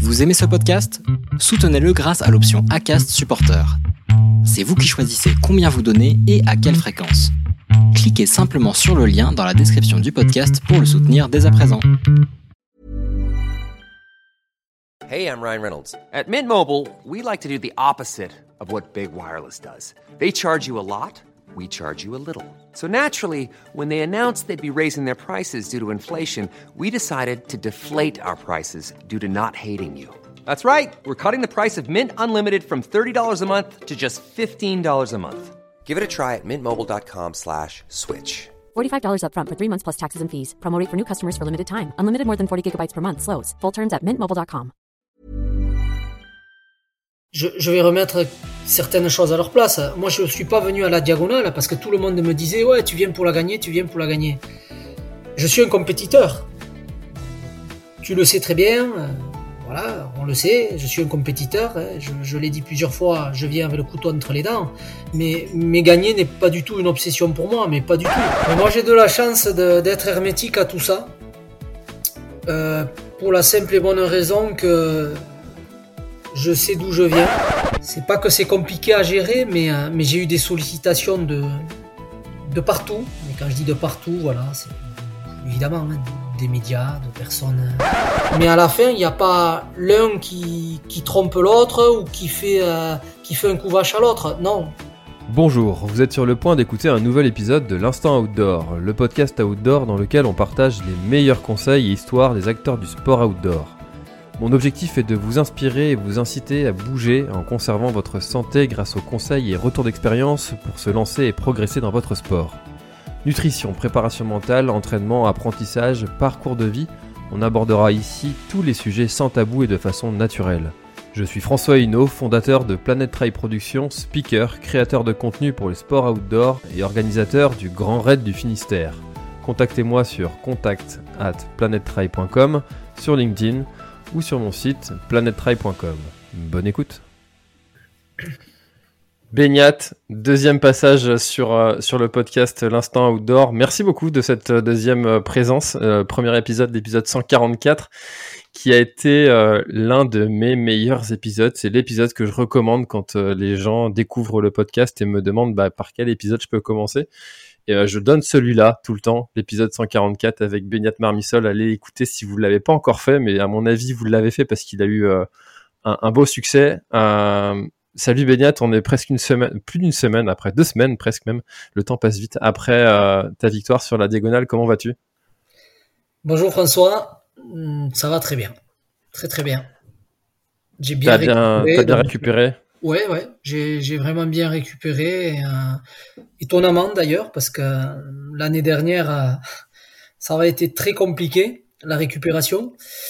Vous aimez ce podcast ? Soutenez-le grâce à l'option Acast Supporter. C'est vous qui choisissez combien vous donnez et à quelle fréquence. Cliquez simplement sur le lien dans la description du podcast pour le soutenir dès à présent. Hey, I'm Ryan Reynolds. At Mint Mobile, we like to do the opposite of what Big Wireless does. They charge you a lot, we charge you a little. So naturally, when they announced they'd be raising their prices due to inflation, we decided to deflate our prices due to not hating you. That's right. We're cutting the price of Mint Unlimited from $30 a month to just $15 a month. Give it a try at mintmobile.com/switch. $45 up front for 3 months plus taxes and fees. Promo rate for new customers for limited time. Unlimited more than 40 gigabytes per month. Slows full terms at mintmobile.com. Je vais remettre certaines choses à leur place. Moi, je ne suis pas venu à la diagonale parce que tout le monde me disait « Ouais, tu viens pour la gagner, tu viens pour la gagner. » Je suis un compétiteur. Tu le sais très bien. Voilà, on le sait. Je suis un compétiteur. Je l'ai dit plusieurs fois, je viens avec le couteau entre les dents. Mais gagner n'est pas du tout une obsession pour moi, mais pas du tout. Mais moi, j'ai de la chance d'être hermétique à tout ça. Pour la simple et bonne raison que je sais d'où je viens. C'est pas que c'est compliqué à gérer, mais j'ai eu des sollicitations de partout. Mais quand je dis de partout, voilà, c'est évidemment des médias, de personnes. Mais à la fin, il n'y a pas l'un qui trompe l'autre ou qui fait un coup vache à l'autre. Non. Bonjour, vous êtes sur le point d'écouter un nouvel épisode de l'Instant Outdoor, le podcast outdoor dans lequel on partage les meilleurs conseils et histoires des acteurs du sport outdoor. Mon objectif est de vous inspirer et vous inciter à bouger en conservant votre santé grâce aux conseils et retours d'expérience pour se lancer et progresser dans votre sport. Nutrition, préparation mentale, entraînement, apprentissage, parcours de vie, on abordera ici tous les sujets sans tabou et de façon naturelle. Je suis François Hinault, fondateur de Planet Trail Productions, speaker, créateur de contenu pour les sports outdoor et organisateur du Grand Raid du Finistère. Contactez-moi sur contact@planettrail.com, sur LinkedIn ou sur mon site planettrail.com. Bonne écoute. Beñat, deuxième passage sur le podcast L'Instant Outdoor. Merci beaucoup de cette deuxième présence, premier épisode, l'épisode 144, qui a été l'un de mes meilleurs épisodes. C'est l'épisode que je recommande quand les gens découvrent le podcast et me demandent par quel épisode je peux commencer. Et je donne celui-là tout le temps, l'épisode 144 avec Beñat Marmisol. Allez écouter si vous ne l'avez pas encore fait, mais à mon avis, vous l'avez fait parce qu'il a eu un beau succès. Salut Beñat, on est presque plus d'une semaine après, 2 semaines presque même. Le temps passe vite. Après ta victoire sur la diagonale, comment vas-tu ? Bonjour François, ça va très bien. Très très bien. J'ai T'as bien récupéré ? Ouais, j'ai vraiment bien récupéré, étonnamment d'ailleurs, parce que l'année dernière, ça avait été très compliqué, la récupération.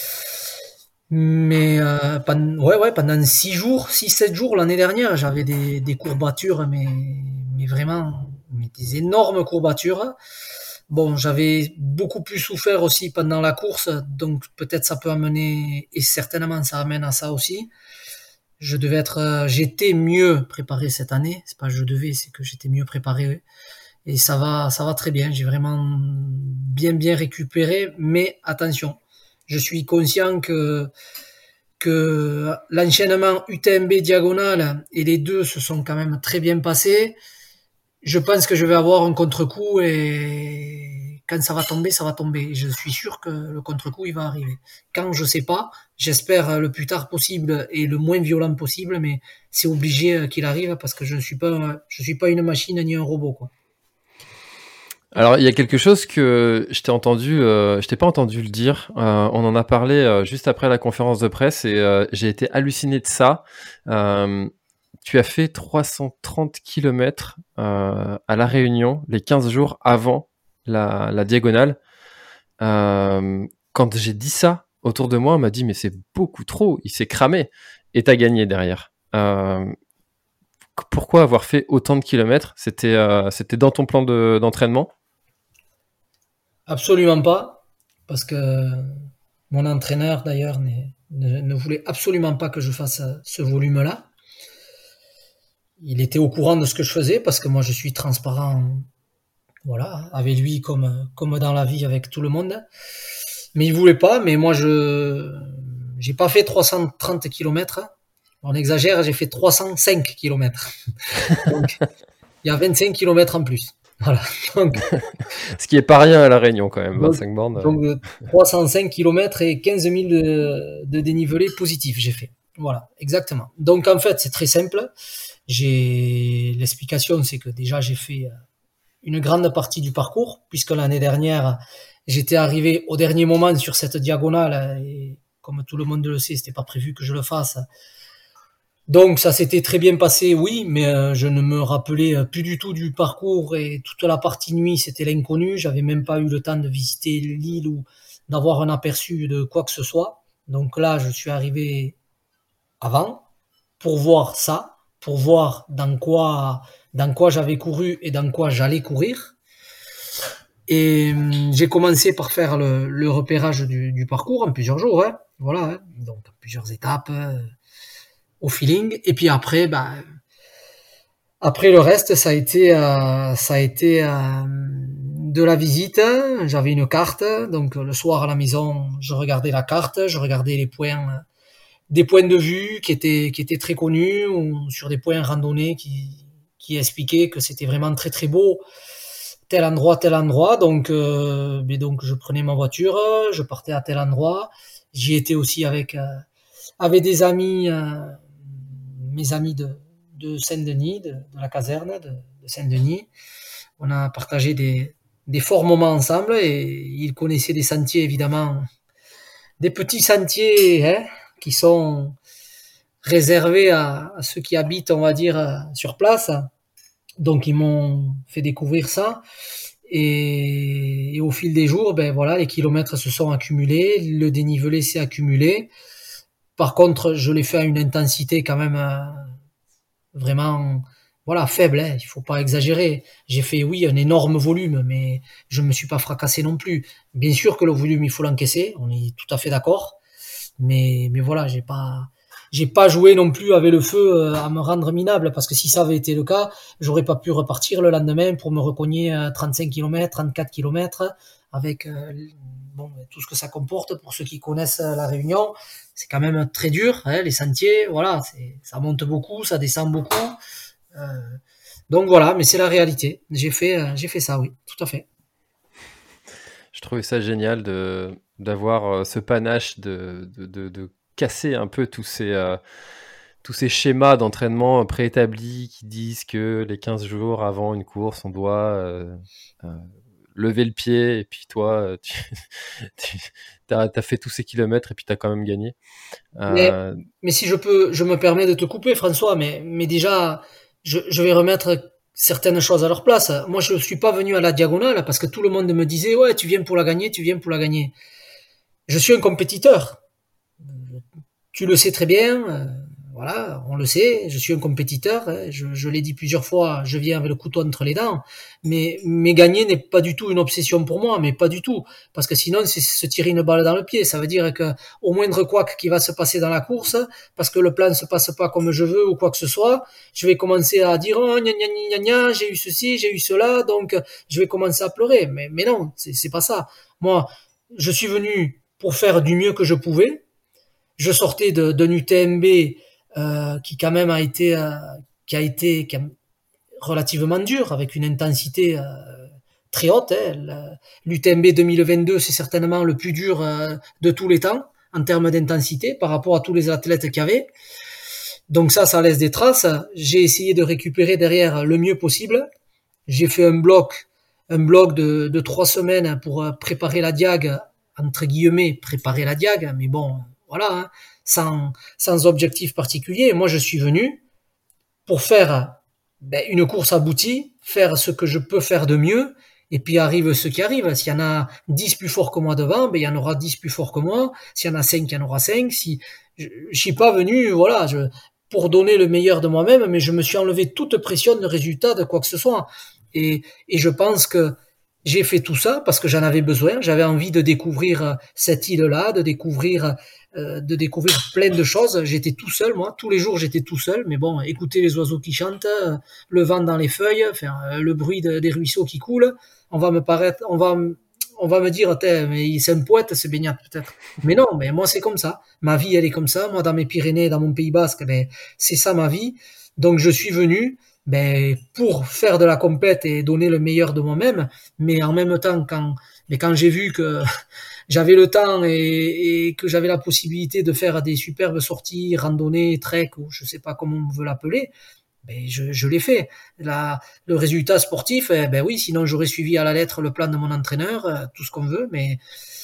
Mais pendant 6-7 jours l'année dernière, j'avais des courbatures, mais vraiment des énormes courbatures. Bon, j'avais beaucoup plus souffert aussi pendant la course, donc peut-être ça peut amener, et certainement ça amène à ça aussi. J'étais mieux préparé cette année. C'est pas c'est que j'étais mieux préparé. Et ça va très bien. J'ai vraiment bien récupéré. Mais attention, je suis conscient que l'enchaînement UTMB diagonale et les deux se sont quand même très bien passés. Je pense que je vais avoir un contre-coup et quand ça va tomber, ça va tomber. Je suis sûr que le contre-coup, il va arriver. Quand, je sais pas, j'espère le plus tard possible et le moins violent possible, mais c'est obligé qu'il arrive parce que je suis pas une machine ni un robot, quoi. Alors, il y a quelque chose que je t'ai pas entendu le dire. On en a parlé juste après la conférence de presse et j'ai été halluciné de ça. Tu as fait 330 km à La Réunion les 15 jours avant la diagonale. Quand j'ai dit ça autour de moi, on m'a dit mais c'est beaucoup trop, il s'est cramé. Et t'as gagné derrière. Pourquoi avoir fait autant de kilomètres ? C'était dans ton plan d'entraînement ? Absolument pas, parce que mon entraîneur d'ailleurs ne voulait absolument pas que je fasse ce volume-là. Il était au courant de ce que je faisais parce que moi je suis transparent, voilà, avec lui comme dans la vie avec tout le monde. Mais il voulait pas, mais moi j'ai pas fait 330 km. On exagère, j'ai fait 305 km. Donc, il y a 25 km en plus. Voilà. Donc, Ce qui est pas rien à La Réunion quand même, 25 bornes. Donc 305 km et 15 000 de dénivelé positif, j'ai fait. Voilà, exactement. Donc en fait, c'est très simple. L'explication, c'est que déjà, j'ai fait une grande partie du parcours, puisque l'année dernière, j'étais arrivé au dernier moment sur cette diagonale, et comme tout le monde le sait, c'était pas prévu que je le fasse. Donc ça s'était très bien passé, oui, mais je ne me rappelais plus du tout du parcours, et toute la partie nuit, c'était l'inconnu. J'avais même pas eu le temps de visiter l'île ou d'avoir un aperçu de quoi que ce soit. Donc là, je suis arrivé avant pour voir ça, pour voir dans quoi j'avais couru et dans quoi j'allais courir. Et j'ai commencé par faire le repérage du parcours en plusieurs jours, hein. Voilà, hein. Donc en plusieurs étapes, au feeling. Et puis après, après le reste, ça a été de la visite. J'avais une carte, donc le soir à la maison, je regardais la carte, je regardais les points, des points de vue qui étaient très connus, ou sur des points randonnés qui expliquaient que c'était vraiment très très beau, tel endroit. Donc je prenais ma voiture, je partais à tel endroit. J'y étais aussi avec des amis, mes amis de Saint-Denis, de la caserne de Saint-Denis. On a partagé des forts moments ensemble, et ils connaissaient des sentiers, évidemment, des petits sentiers, hein, qui sont réservés à ceux qui habitent, on va dire, sur place. Donc ils m'ont fait découvrir ça, et au fil des jours, voilà, les kilomètres se sont accumulés, le dénivelé s'est accumulé. Par contre, je l'ai fait à une intensité quand même vraiment, voilà, faible, hein, il faut pas exagérer. J'ai fait, oui, un énorme volume, mais je me suis pas fracassé non plus. Bien sûr que le volume, il faut l'encaisser, on est tout à fait d'accord. Mais voilà, j'ai pas joué non plus avec le feu à me rendre minable, parce que si ça avait été le cas, j'aurais pas pu repartir le lendemain pour me recogner 35 km, 34 km, avec tout ce que ça comporte. Pour ceux qui connaissent la Réunion, c'est quand même très dur, hein, les sentiers, voilà, ça monte beaucoup, ça descend beaucoup. Donc voilà, mais c'est la réalité. J'ai fait ça, oui, tout à fait. Je trouvais ça génial d'avoir ce panache de casser un peu tous ces schémas d'entraînement préétablis qui disent que les 15 jours avant une course, on doit lever le pied, et puis toi, tu as fait tous ces kilomètres et puis tu as quand même gagné. Mais si je me permets de te couper, François, mais déjà, je vais remettre certaines choses à leur place. Moi, je ne suis pas venu à la diagonale parce que tout le monde me disait, ouais, tu viens pour la gagner, tu viens pour la gagner. Je suis un compétiteur. Tu le sais très bien. Voilà, on le sait, je suis un compétiteur, je l'ai dit plusieurs fois, je viens avec le couteau entre les dents, mais gagner n'est pas du tout une obsession pour moi, mais pas du tout, parce que sinon c'est se tirer une balle dans le pied. Ça veut dire que au moindre couac qui va se passer dans la course, parce que le plan ne se passe pas comme je veux ou quoi que ce soit, je vais commencer à dire oh gna gna gna gna, j'ai eu ceci, j'ai eu cela, donc je vais commencer à pleurer. Mais non, c'est pas ça. Moi, je suis venu pour faire du mieux que je pouvais. Je sortais d'un UTMB qui quand même a été relativement dur, avec une intensité très haute. L'UTMB 2022, c'est certainement le plus dur de tous les temps en termes d'intensité par rapport à tous les athlètes qu'il y avait. Donc ça laisse des traces. J'ai essayé de récupérer derrière le mieux possible. J'ai fait un bloc de 3 semaines pour préparer la diag, entre guillemets, préparer la diag, mais bon, voilà, hein, sans objectif particulier. Moi, je suis venu pour faire une course aboutie, faire ce que je peux faire de mieux, et puis arrive ce qui arrive. S'il y en a 10 plus forts que moi devant, il y en aura 10 plus forts que moi. S'il y en a 5, il y en aura 5. Si je suis pas venu, voilà, pour donner le meilleur de moi-même, mais je me suis enlevé toute pression de résultat de quoi que ce soit. Et je pense que j'ai fait tout ça parce que j'en avais besoin. J'avais envie de découvrir cette île-là, de découvrir plein de choses. J'étais tout seul, moi. Tous les jours, j'étais tout seul. Mais bon, écouter les oiseaux qui chantent, le vent dans les feuilles, le bruit des ruisseaux qui coulent, on va on va me dire, mais c'est un poète, ce baignade, peut-être. Mais non, mais moi, c'est comme ça. Ma vie, elle est comme ça. Moi, dans mes Pyrénées, dans mon Pays Basque, ben, c'est ça ma vie. Donc, je suis venu, ben, pour faire de la compète et donner le meilleur de moi-même. Mais en même temps, quand j'ai vu que j'avais le temps et que j'avais la possibilité de faire des superbes sorties, randonnées, trek, ou je sais pas comment on veut l'appeler, ben je l'ai fait. Le résultat sportif, ben oui, sinon j'aurais suivi à la lettre le plan de mon entraîneur, tout ce qu'on veut, mais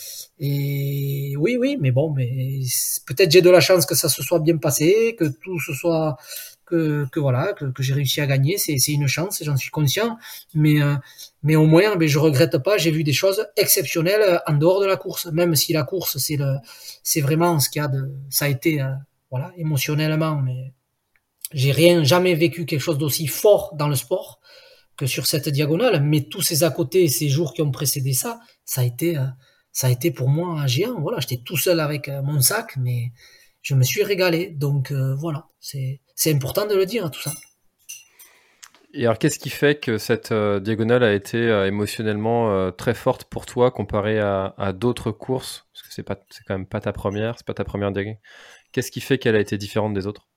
oui, mais bon, mais peut-être j'ai de la chance que ça se soit bien passé, que tout se soit que voilà, que j'ai réussi à gagner, c'est une chance, j'en suis conscient, mais au moins, ben je regrette pas, j'ai vu des choses exceptionnelles en dehors de la course, même si la course c'est vraiment ce qu'il y a ça a été voilà, émotionnellement, mais j'ai jamais vécu quelque chose d'aussi fort dans le sport que sur cette diagonale, mais tous ces à côté, ces jours qui ont précédé ça, ça a été pour moi un géant. Voilà, j'étais tout seul avec mon sac, mais je me suis régalé. Donc voilà, c'est important de le dire, tout ça. Et alors, qu'est-ce qui fait que cette diagonale a été émotionnellement très forte pour toi comparée à d'autres courses? Parce que c'est quand même pas ta première, c'est pas ta première diagonale. Qu'est-ce qui fait qu'elle a été différente des autres?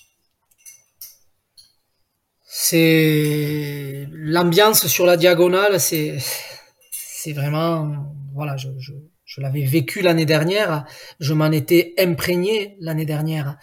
C'est l'ambiance sur la diagonale, c'est vraiment voilà, je l'avais vécu l'année dernière, je m'en étais imprégné l'année dernière.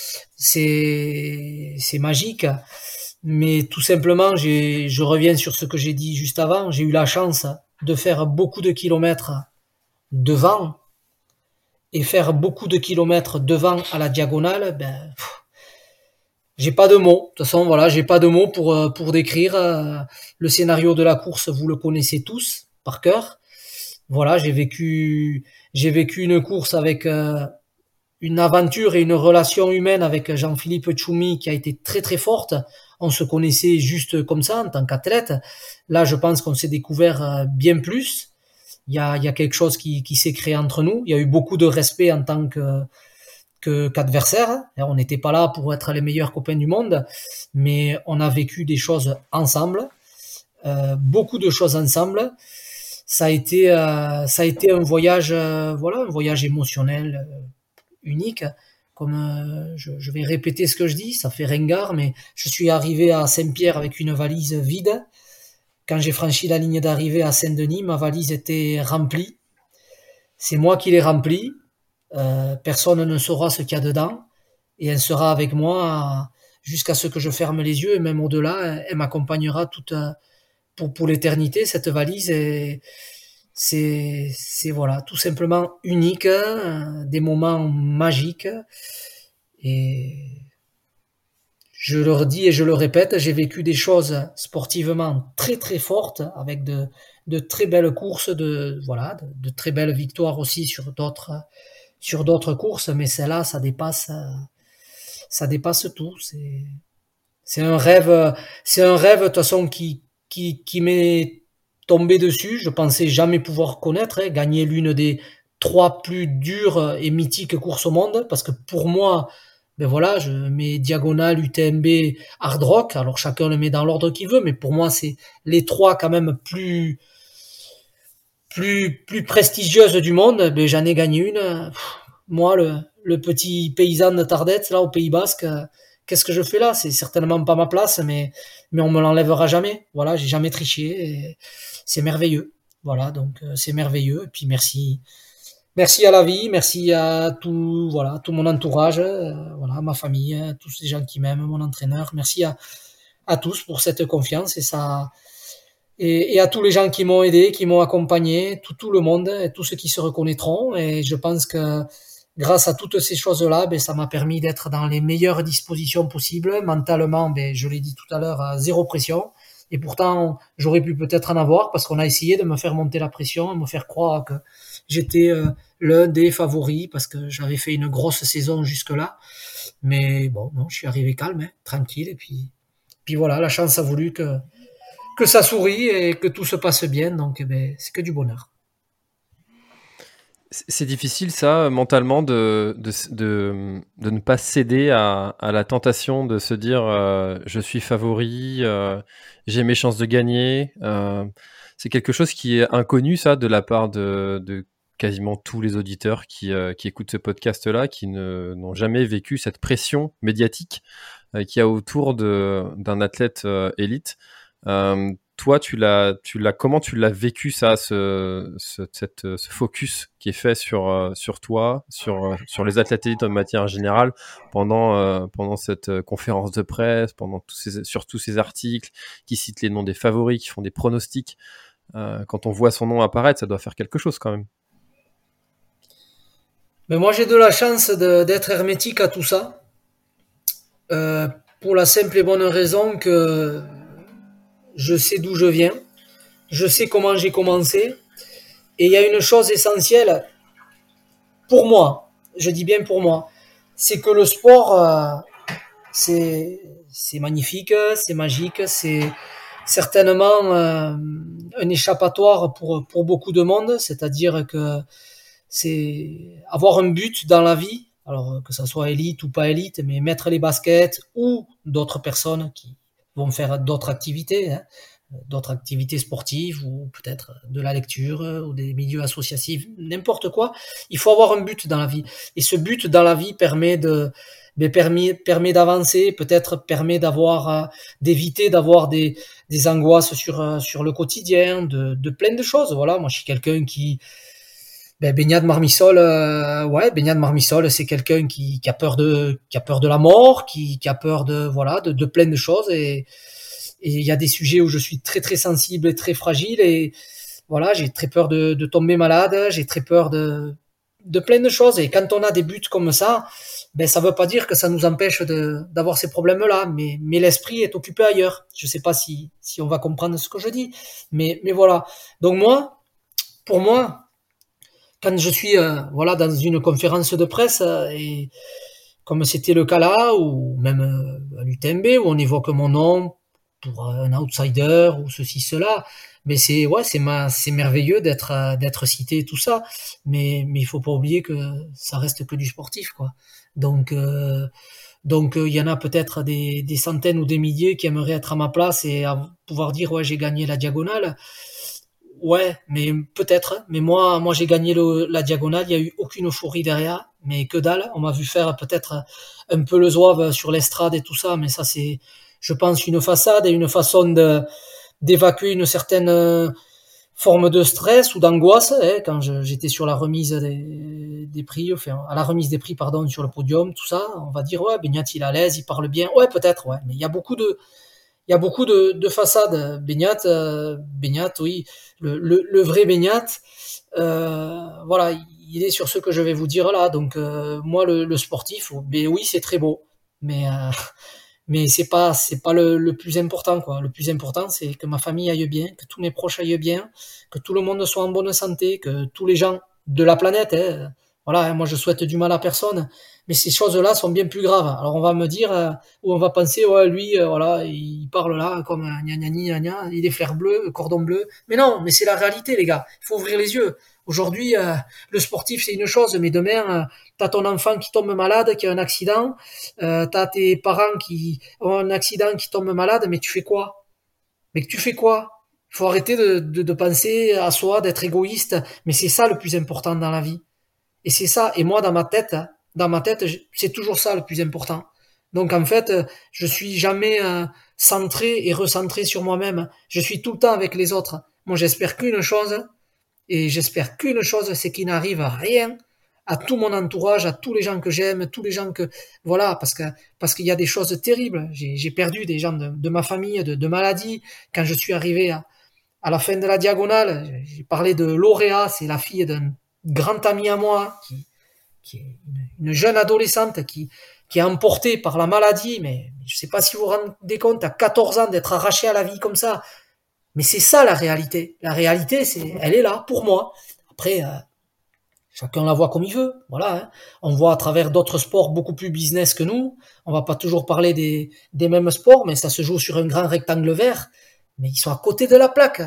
C'est magique, mais tout simplement, je reviens sur ce que j'ai dit juste avant, j'ai eu la chance de faire beaucoup de kilomètres devant et faire beaucoup de kilomètres devant à la diagonale, ben j'ai pas de mots. De toute façon, voilà, j'ai pas de mots pour décrire le scénario de la course. Vous le connaissez tous par cœur. Voilà, j'ai vécu une course avec une aventure et une relation humaine avec Jean-Philippe Tchoumi qui a été très très forte. On se connaissait juste comme ça en tant qu'athlète. Là, je pense qu'on s'est découvert bien plus. Il y a quelque chose qui s'est créé entre nous. Il y a eu beaucoup de respect en tant qu'adversaire. On n'était pas là pour être les meilleurs copains du monde, mais on a vécu des choses ensemble, beaucoup de choses ensemble. Ça a été un voyage, voilà, un voyage émotionnel unique. Comme je vais répéter ce que je dis, ça fait ringard, mais je suis arrivé à Saint-Pierre avec une valise vide. Quand j'ai franchi la ligne d'arrivée à Saint-Denis, ma valise était remplie. C'est moi qui l'ai remplie. Personne ne saura ce qu'il y a dedans et elle sera avec moi jusqu'à ce que je ferme les yeux et même au-delà, elle m'accompagnera toute pour l'éternité, cette valise. Et c'est voilà, tout simplement unique, des moments magiques. Et je le redis et je le répète, j'ai vécu des choses sportivement très très fortes avec de très belles courses, de très belles victoires aussi sur d'autres courses, mais celle-là, ça dépasse tout. C'est un rêve, de toute façon qui m'est tombé dessus. Je pensais jamais pouvoir connaître, gagner l'une des 3 plus dures et mythiques courses au monde, parce que pour moi, ben voilà, je mets diagonale, UTMB, hard rock. Alors chacun le met dans l'ordre qu'il veut, mais pour moi, c'est les 3 quand même plus prestigieuses du monde. Ben j'en ai gagné une. Moi, le petit paysan de Tardette, là, au Pays Basque, qu'est-ce que je fais là? C'est certainement pas ma place, mais on me l'enlèvera jamais. Voilà, j'ai jamais triché. Et c'est merveilleux. Voilà, donc c'est merveilleux. Et puis merci à la vie, merci à tout mon entourage, voilà, ma famille, tous les gens qui m'aiment, mon entraîneur. Merci à tous pour cette confiance et ça. Et à tous les gens qui m'ont aidé, qui m'ont accompagné, tout le monde, et tous ceux qui se reconnaîtront. Et je pense que grâce à toutes ces choses-là, ben, ça m'a permis d'être dans les meilleures dispositions possibles. Mentalement, ben, je l'ai dit tout à l'heure, à zéro pression. Et pourtant, j'aurais pu peut-être en avoir parce qu'on a essayé de me faire monter la pression, me faire croire que j'étais l'un des favoris parce que j'avais fait une grosse saison jusque-là. Mais bon, non, je suis arrivé calme, tranquille. Et puis voilà, la chance a voulu que ça sourit et que tout se passe bien. Donc, ben, c'est que du bonheur. C'est difficile, ça, mentalement, de ne pas céder à la tentation de se dire je suis favori, j'ai mes chances de gagner. C'est quelque chose qui est inconnu, ça, de la part de quasiment tous les auditeurs qui écoutent ce podcast-là, qui n'ont jamais vécu cette pression médiatique qu'il y a autour d'un athlète élite. Toi, comment tu l'as vécu, ça, ce focus qui est fait sur toi, sur les athlètes élites en matière générale pendant cette conférence de presse, sur tous ces articles qui citent les noms des favoris, qui font des pronostics. Quand on voit son nom apparaître, ça doit faire quelque chose quand même. Mais moi, j'ai de la chance d'être hermétique à tout ça. Pour la simple et bonne raison que je sais d'où je viens, je sais comment j'ai commencé, et il y a une chose essentielle pour moi, je dis bien pour moi, c'est que le sport, c'est magnifique, c'est magique, c'est certainement un échappatoire pour beaucoup de monde, c'est-à-dire que c'est avoir un but dans la vie, alors que ça soit élite ou pas élite, mais mettre les baskets ou d'autres personnes qui vont faire d'autres activités, d'autres activités sportives ou peut-être de la lecture ou des milieux associatifs, n'importe quoi. Il faut avoir un but dans la vie. Et ce but dans la vie permet d'avancer, peut-être permet d'éviter d'avoir des angoisses sur le quotidien, de plein de choses. Voilà, moi je suis quelqu'un qui Baignade Marmissol, Baignade Marmissol, c'est quelqu'un qui a peur de la mort, qui a peur de plein de choses, et il y a des sujets où je suis très très sensible et très fragile, et voilà, j'ai très peur de tomber malade, j'ai très peur de plein de choses, et quand on a des buts comme ça, ça veut pas dire que ça nous empêche d'avoir ces problèmes-là, mais l'esprit est occupé ailleurs. Je sais pas si on va comprendre ce que je dis, mais voilà. Donc pour moi, quand je suis dans une conférence de presse, et comme c'était le cas là, ou même à l'UTMB, où on évoque mon nom pour un outsider ou ceci cela, mais c'est merveilleux d'être cité, tout ça, mais il faut pas oublier que ça reste que du sportif, quoi. Donc il y en a peut-être des centaines ou des milliers qui aimeraient être à ma place et pouvoir dire j'ai gagné la diagonale. Ouais, mais peut-être. Mais moi j'ai gagné la diagonale. Il y a eu aucune euphorie derrière, mais que dalle. On m'a vu faire peut-être un peu le zouave sur l'estrade et tout ça, mais ça c'est, je pense, une façade et une façon d'évacuer une certaine forme de stress ou d'angoisse. Quand j'étais sur la remise des prix, enfin à la remise des prix, pardon, sur le podium, tout ça, on va dire Baignade il est à l'aise, il parle bien. Ouais, peut-être, ouais, mais il y a beaucoup de façades. Baignade, oui, le vrai Baignade, voilà, il est sur ce que je vais vous dire là. Donc moi, le sportif, oui, c'est très beau, mais c'est pas le plus important, quoi. Le plus important, c'est que ma famille aille bien, que tous mes proches aillent bien, que tout le monde soit en bonne santé, que tous les gens de la planète, voilà, moi je souhaite du mal à personne, mais ces choses-là sont bien plus graves. Alors on va me dire, ou on va penser, lui, voilà, il parle là comme gna gna gna gna, il est flair bleu, cordon bleu. Mais non, mais c'est la réalité, les gars. Il faut ouvrir les yeux. Aujourd'hui, le sportif c'est une chose, mais demain, t'as ton enfant qui tombe malade, qui a un accident, t'as tes parents qui ont un accident, qui tombent malades, mais tu fais quoi? Mais tu fais quoi? Il faut arrêter de penser à soi, d'être égoïste. Mais c'est ça le plus important dans la vie. Et c'est ça. Et moi, dans ma tête, c'est toujours ça le plus important. Donc en fait, je suis jamais centré et recentré sur moi-même. Je suis tout le temps avec les autres. Moi, j'espère qu'une chose, c'est qu'il n'arrive rien à tout mon entourage, à tous les gens que j'aime, tous les gens que voilà, parce qu'il y a des choses terribles. J'ai perdu des gens de ma famille, de maladie. Quand je suis arrivé à la fin de la diagonale, j'ai parlé de Lauréat, c'est la fille d'un grand ami à moi, qui est une jeune adolescente qui est emportée par la maladie, mais je sais pas si vous vous rendez compte, à 14 ans d'être arrachée à la vie comme ça. Mais c'est ça la réalité. La réalité, elle est là pour moi. Après, chacun la voit comme il veut. Voilà. On voit à travers d'autres sports beaucoup plus business que nous. On va pas toujours parler des mêmes sports, mais ça se joue sur un grand rectangle vert. Mais ils sont à côté de la plaque.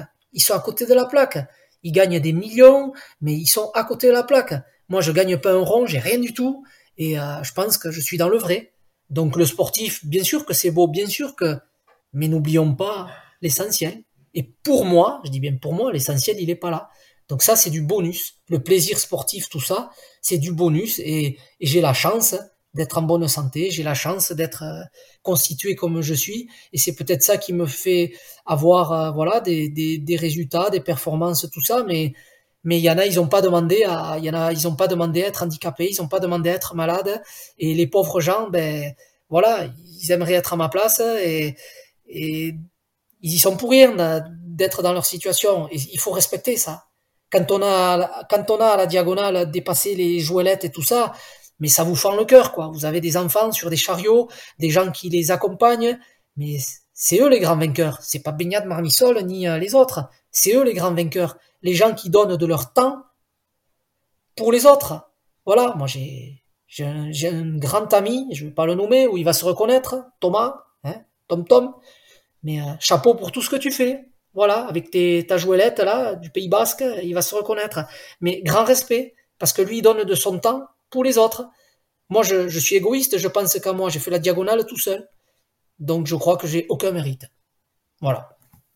Ils gagnent des millions, mais ils sont à côté de la plaque. Moi, je gagne pas un rond, j'ai rien du tout, et je pense que je suis dans le vrai. Donc le sportif, bien sûr que c'est beau, bien sûr que, mais n'oublions pas l'essentiel. Et pour moi, je dis bien pour moi, l'essentiel, il est pas là. Donc ça, c'est du bonus. Le plaisir sportif, tout ça, c'est du bonus. Et j'ai la chance d'être en bonne santé, j'ai la chance d'être constitué comme je suis. Et c'est peut-être ça qui me fait avoir des résultats, des performances, tout ça. Mais il y en a, ils ont pas demandé ils ont pas demandé à être handicapés, ils ont pas demandé à être malades. Et les pauvres gens, ben voilà, ils aimeraient être à ma place et ils y sont pour rien d'être dans leur situation. Et il faut respecter ça. Quand on a à la diagonale dépassé les jouelettes et tout ça, mais ça vous fend le cœur, quoi. Vous avez des enfants sur des chariots, des gens qui les accompagnent, mais c'est eux les grands vainqueurs. C'est pas Baignade Marmisol ni les autres. C'est eux les grands vainqueurs. Les gens qui donnent de leur temps pour les autres. Voilà, moi j'ai un grand ami, je vais pas le nommer, où il va se reconnaître, Thomas, hein, Tom, mais chapeau pour tout ce que tu fais. Voilà, avec ta jouelette là, du Pays Basque, il va se reconnaître. Mais grand respect, parce que lui, il donne de son temps pour les autres. Moi, je suis égoïste, je pense qu'à moi, j'ai fait la diagonale tout seul. Donc, je crois que j'ai aucun mérite. Voilà.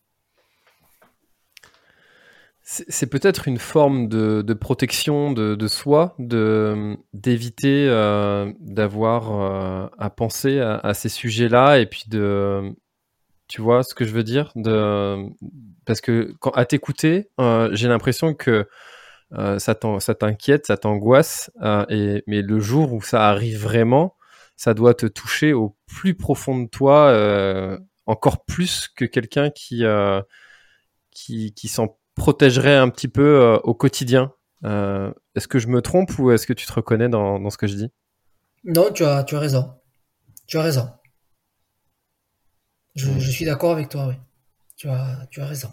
C'est peut-être une forme de protection de soi, d'éviter d'avoir à penser à ces sujets-là, et puis tu vois ce que je veux dire, parce que à t'écouter, j'ai l'impression que ça t'inquiète, ça t'angoisse, mais le jour où ça arrive vraiment, ça doit te toucher au plus profond de toi, encore plus que quelqu'un qui s'en protégerait un petit peu au quotidien. Est-ce que je me trompe ou est-ce que tu te reconnais dans ce que je dis? Non, tu as raison. Tu as raison. Je suis d'accord avec toi, oui. Tu as raison.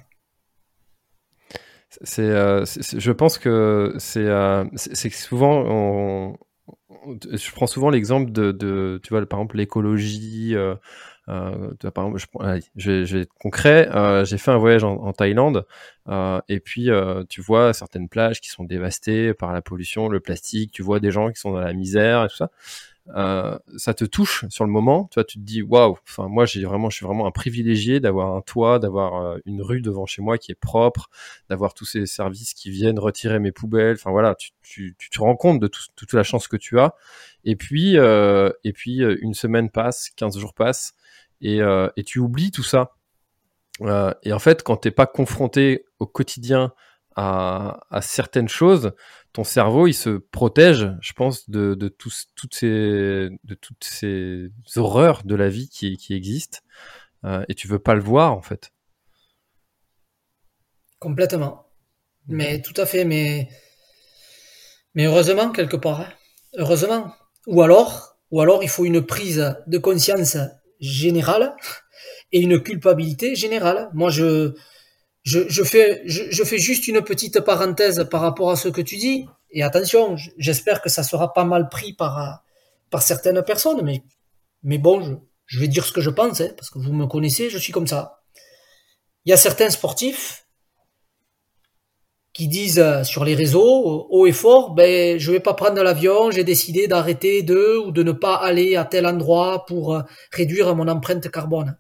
Je pense que c'est que souvent je prends souvent l'exemple de tu vois, par exemple l'écologie. Par exemple, je vais être concret. J'ai fait un voyage en Thaïlande, et puis tu vois certaines plages qui sont dévastées par la pollution, le plastique. Tu vois des gens qui sont dans la misère et tout ça. Ça te touche sur le moment. Tu vois, tu te dis waouh. Enfin, moi, je suis vraiment un privilégié d'avoir un toit, d'avoir une rue devant chez moi qui est propre, d'avoir tous ces services qui viennent retirer mes poubelles. Enfin voilà, tu te rends compte de toute la chance que tu as. Et puis une semaine passe, 15 jours passent, et tu oublies tout ça. Et en fait, quand t'es pas confronté au quotidien à certaines choses, ton cerveau, il se protège, je pense, de toutes ces horreurs de la vie qui existent, et tu veux pas le voir, en fait. Complètement. Mais tout à fait, mais heureusement quelque part, hein. Heureusement. Ou alors il faut une prise de conscience générale et une culpabilité générale. Moi, je fais juste une petite parenthèse par rapport à ce que tu dis. Et attention, j'espère que ça sera pas mal pris par certaines personnes, mais bon, je vais dire ce que je pense, hein, parce que vous me connaissez, je suis comme ça. Il y a certains sportifs qui disent sur les réseaux, haut et fort, ben, je vais pas prendre l'avion, j'ai décidé d'arrêter ou de ne pas aller à tel endroit pour réduire mon empreinte carbone.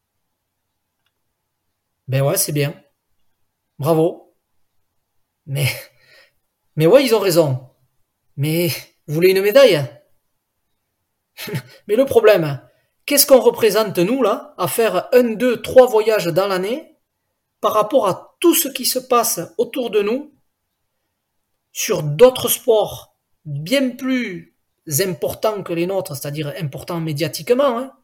Ben ouais, c'est bien. Bravo. Mais ouais, ils ont raison. Mais vous voulez une médaille? Mais le problème, qu'est-ce qu'on représente nous là, à faire 1, 2, 3 voyages dans l'année par rapport à tout ce qui se passe autour de nous sur d'autres sports bien plus importants que les nôtres, c'est-à-dire importants médiatiquement, hein,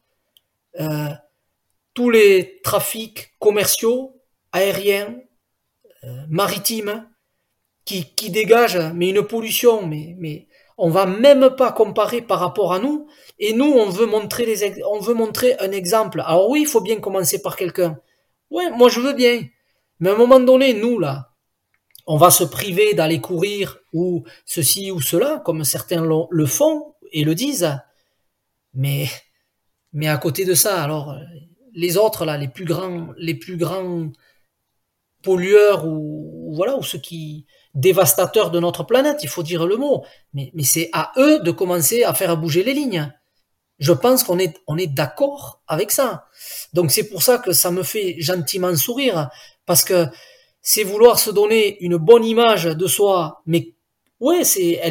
tous les trafics commerciaux, aériens, maritimes, qui dégagent mais une pollution, mais on va même pas comparer par rapport à nous. Et nous, on veut montrer un exemple. Alors oui, il faut bien commencer par quelqu'un. Ouais, moi je veux bien. Mais à un moment donné, nous là, on va se priver d'aller courir ou ceci ou cela, comme certains le font et le disent. Mais à côté de ça, alors les autres là, les plus grands pollueurs ou ceux qui dévastateurs de notre planète, il faut dire le mot. Mais c'est à eux de commencer à faire bouger les lignes. Je pense qu'on est d'accord avec ça. Donc c'est pour ça que ça me fait gentiment sourire. Parce que c'est vouloir se donner une bonne image de soi, mais ouais,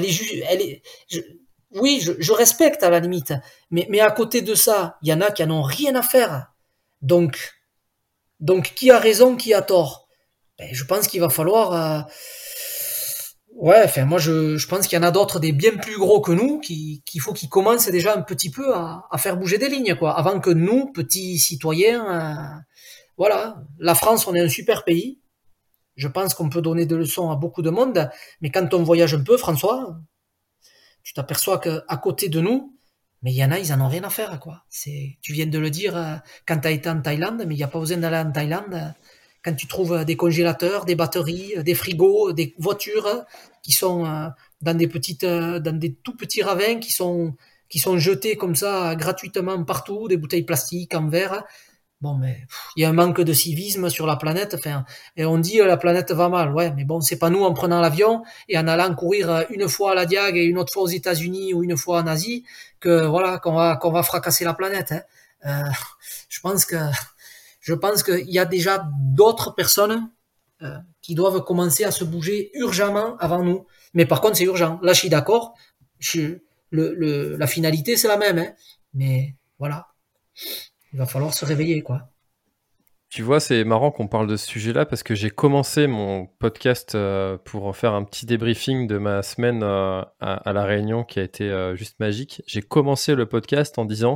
oui, je respecte à la limite, mais à côté de ça, il y en a qui en ont rien à faire. Donc qui a raison, qui a tort? Ben, je pense qu'il va falloir, ouais, enfin, moi, je pense qu'il y en a d'autres, des bien plus gros que nous, qu'il faut qu'ils commencent déjà un petit peu à faire bouger des lignes, quoi, avant que nous, petits citoyens, voilà. La France, on est un super pays. Je pense qu'on peut donner des leçons à beaucoup de monde, mais quand on voyage un peu, François, tu t'aperçois qu'à côté de nous, mais il y en a, ils en ont rien à faire, quoi. Tu viens de le dire quand tu as été en Thaïlande, mais il n'y a pas besoin d'aller en Thaïlande. Quand tu trouves des congélateurs, des batteries, des frigos, des voitures qui sont dans des tout petits ravins qui sont jetés comme ça gratuitement partout, des bouteilles plastiques en verre. Bon, mais il y a un manque de civisme sur la planète. Enfin, et on dit la planète va mal. Ouais, mais bon, c'est pas nous en prenant l'avion et en allant courir une fois à la Diag et une autre fois aux États-Unis ou une fois en Asie que voilà qu'on va fracasser la planète. Hein. Je pense qu'il y a déjà d'autres personnes qui doivent commencer à se bouger urgemment avant nous. Mais par contre, c'est urgent. Là, je suis d'accord. La finalité, c'est la même. Hein. Mais voilà. Il va falloir se réveiller, quoi. Tu vois, c'est marrant qu'on parle de ce sujet-là parce que j'ai commencé mon podcast pour faire un petit débriefing de ma semaine à La Réunion qui a été juste magique. J'ai commencé le podcast en disant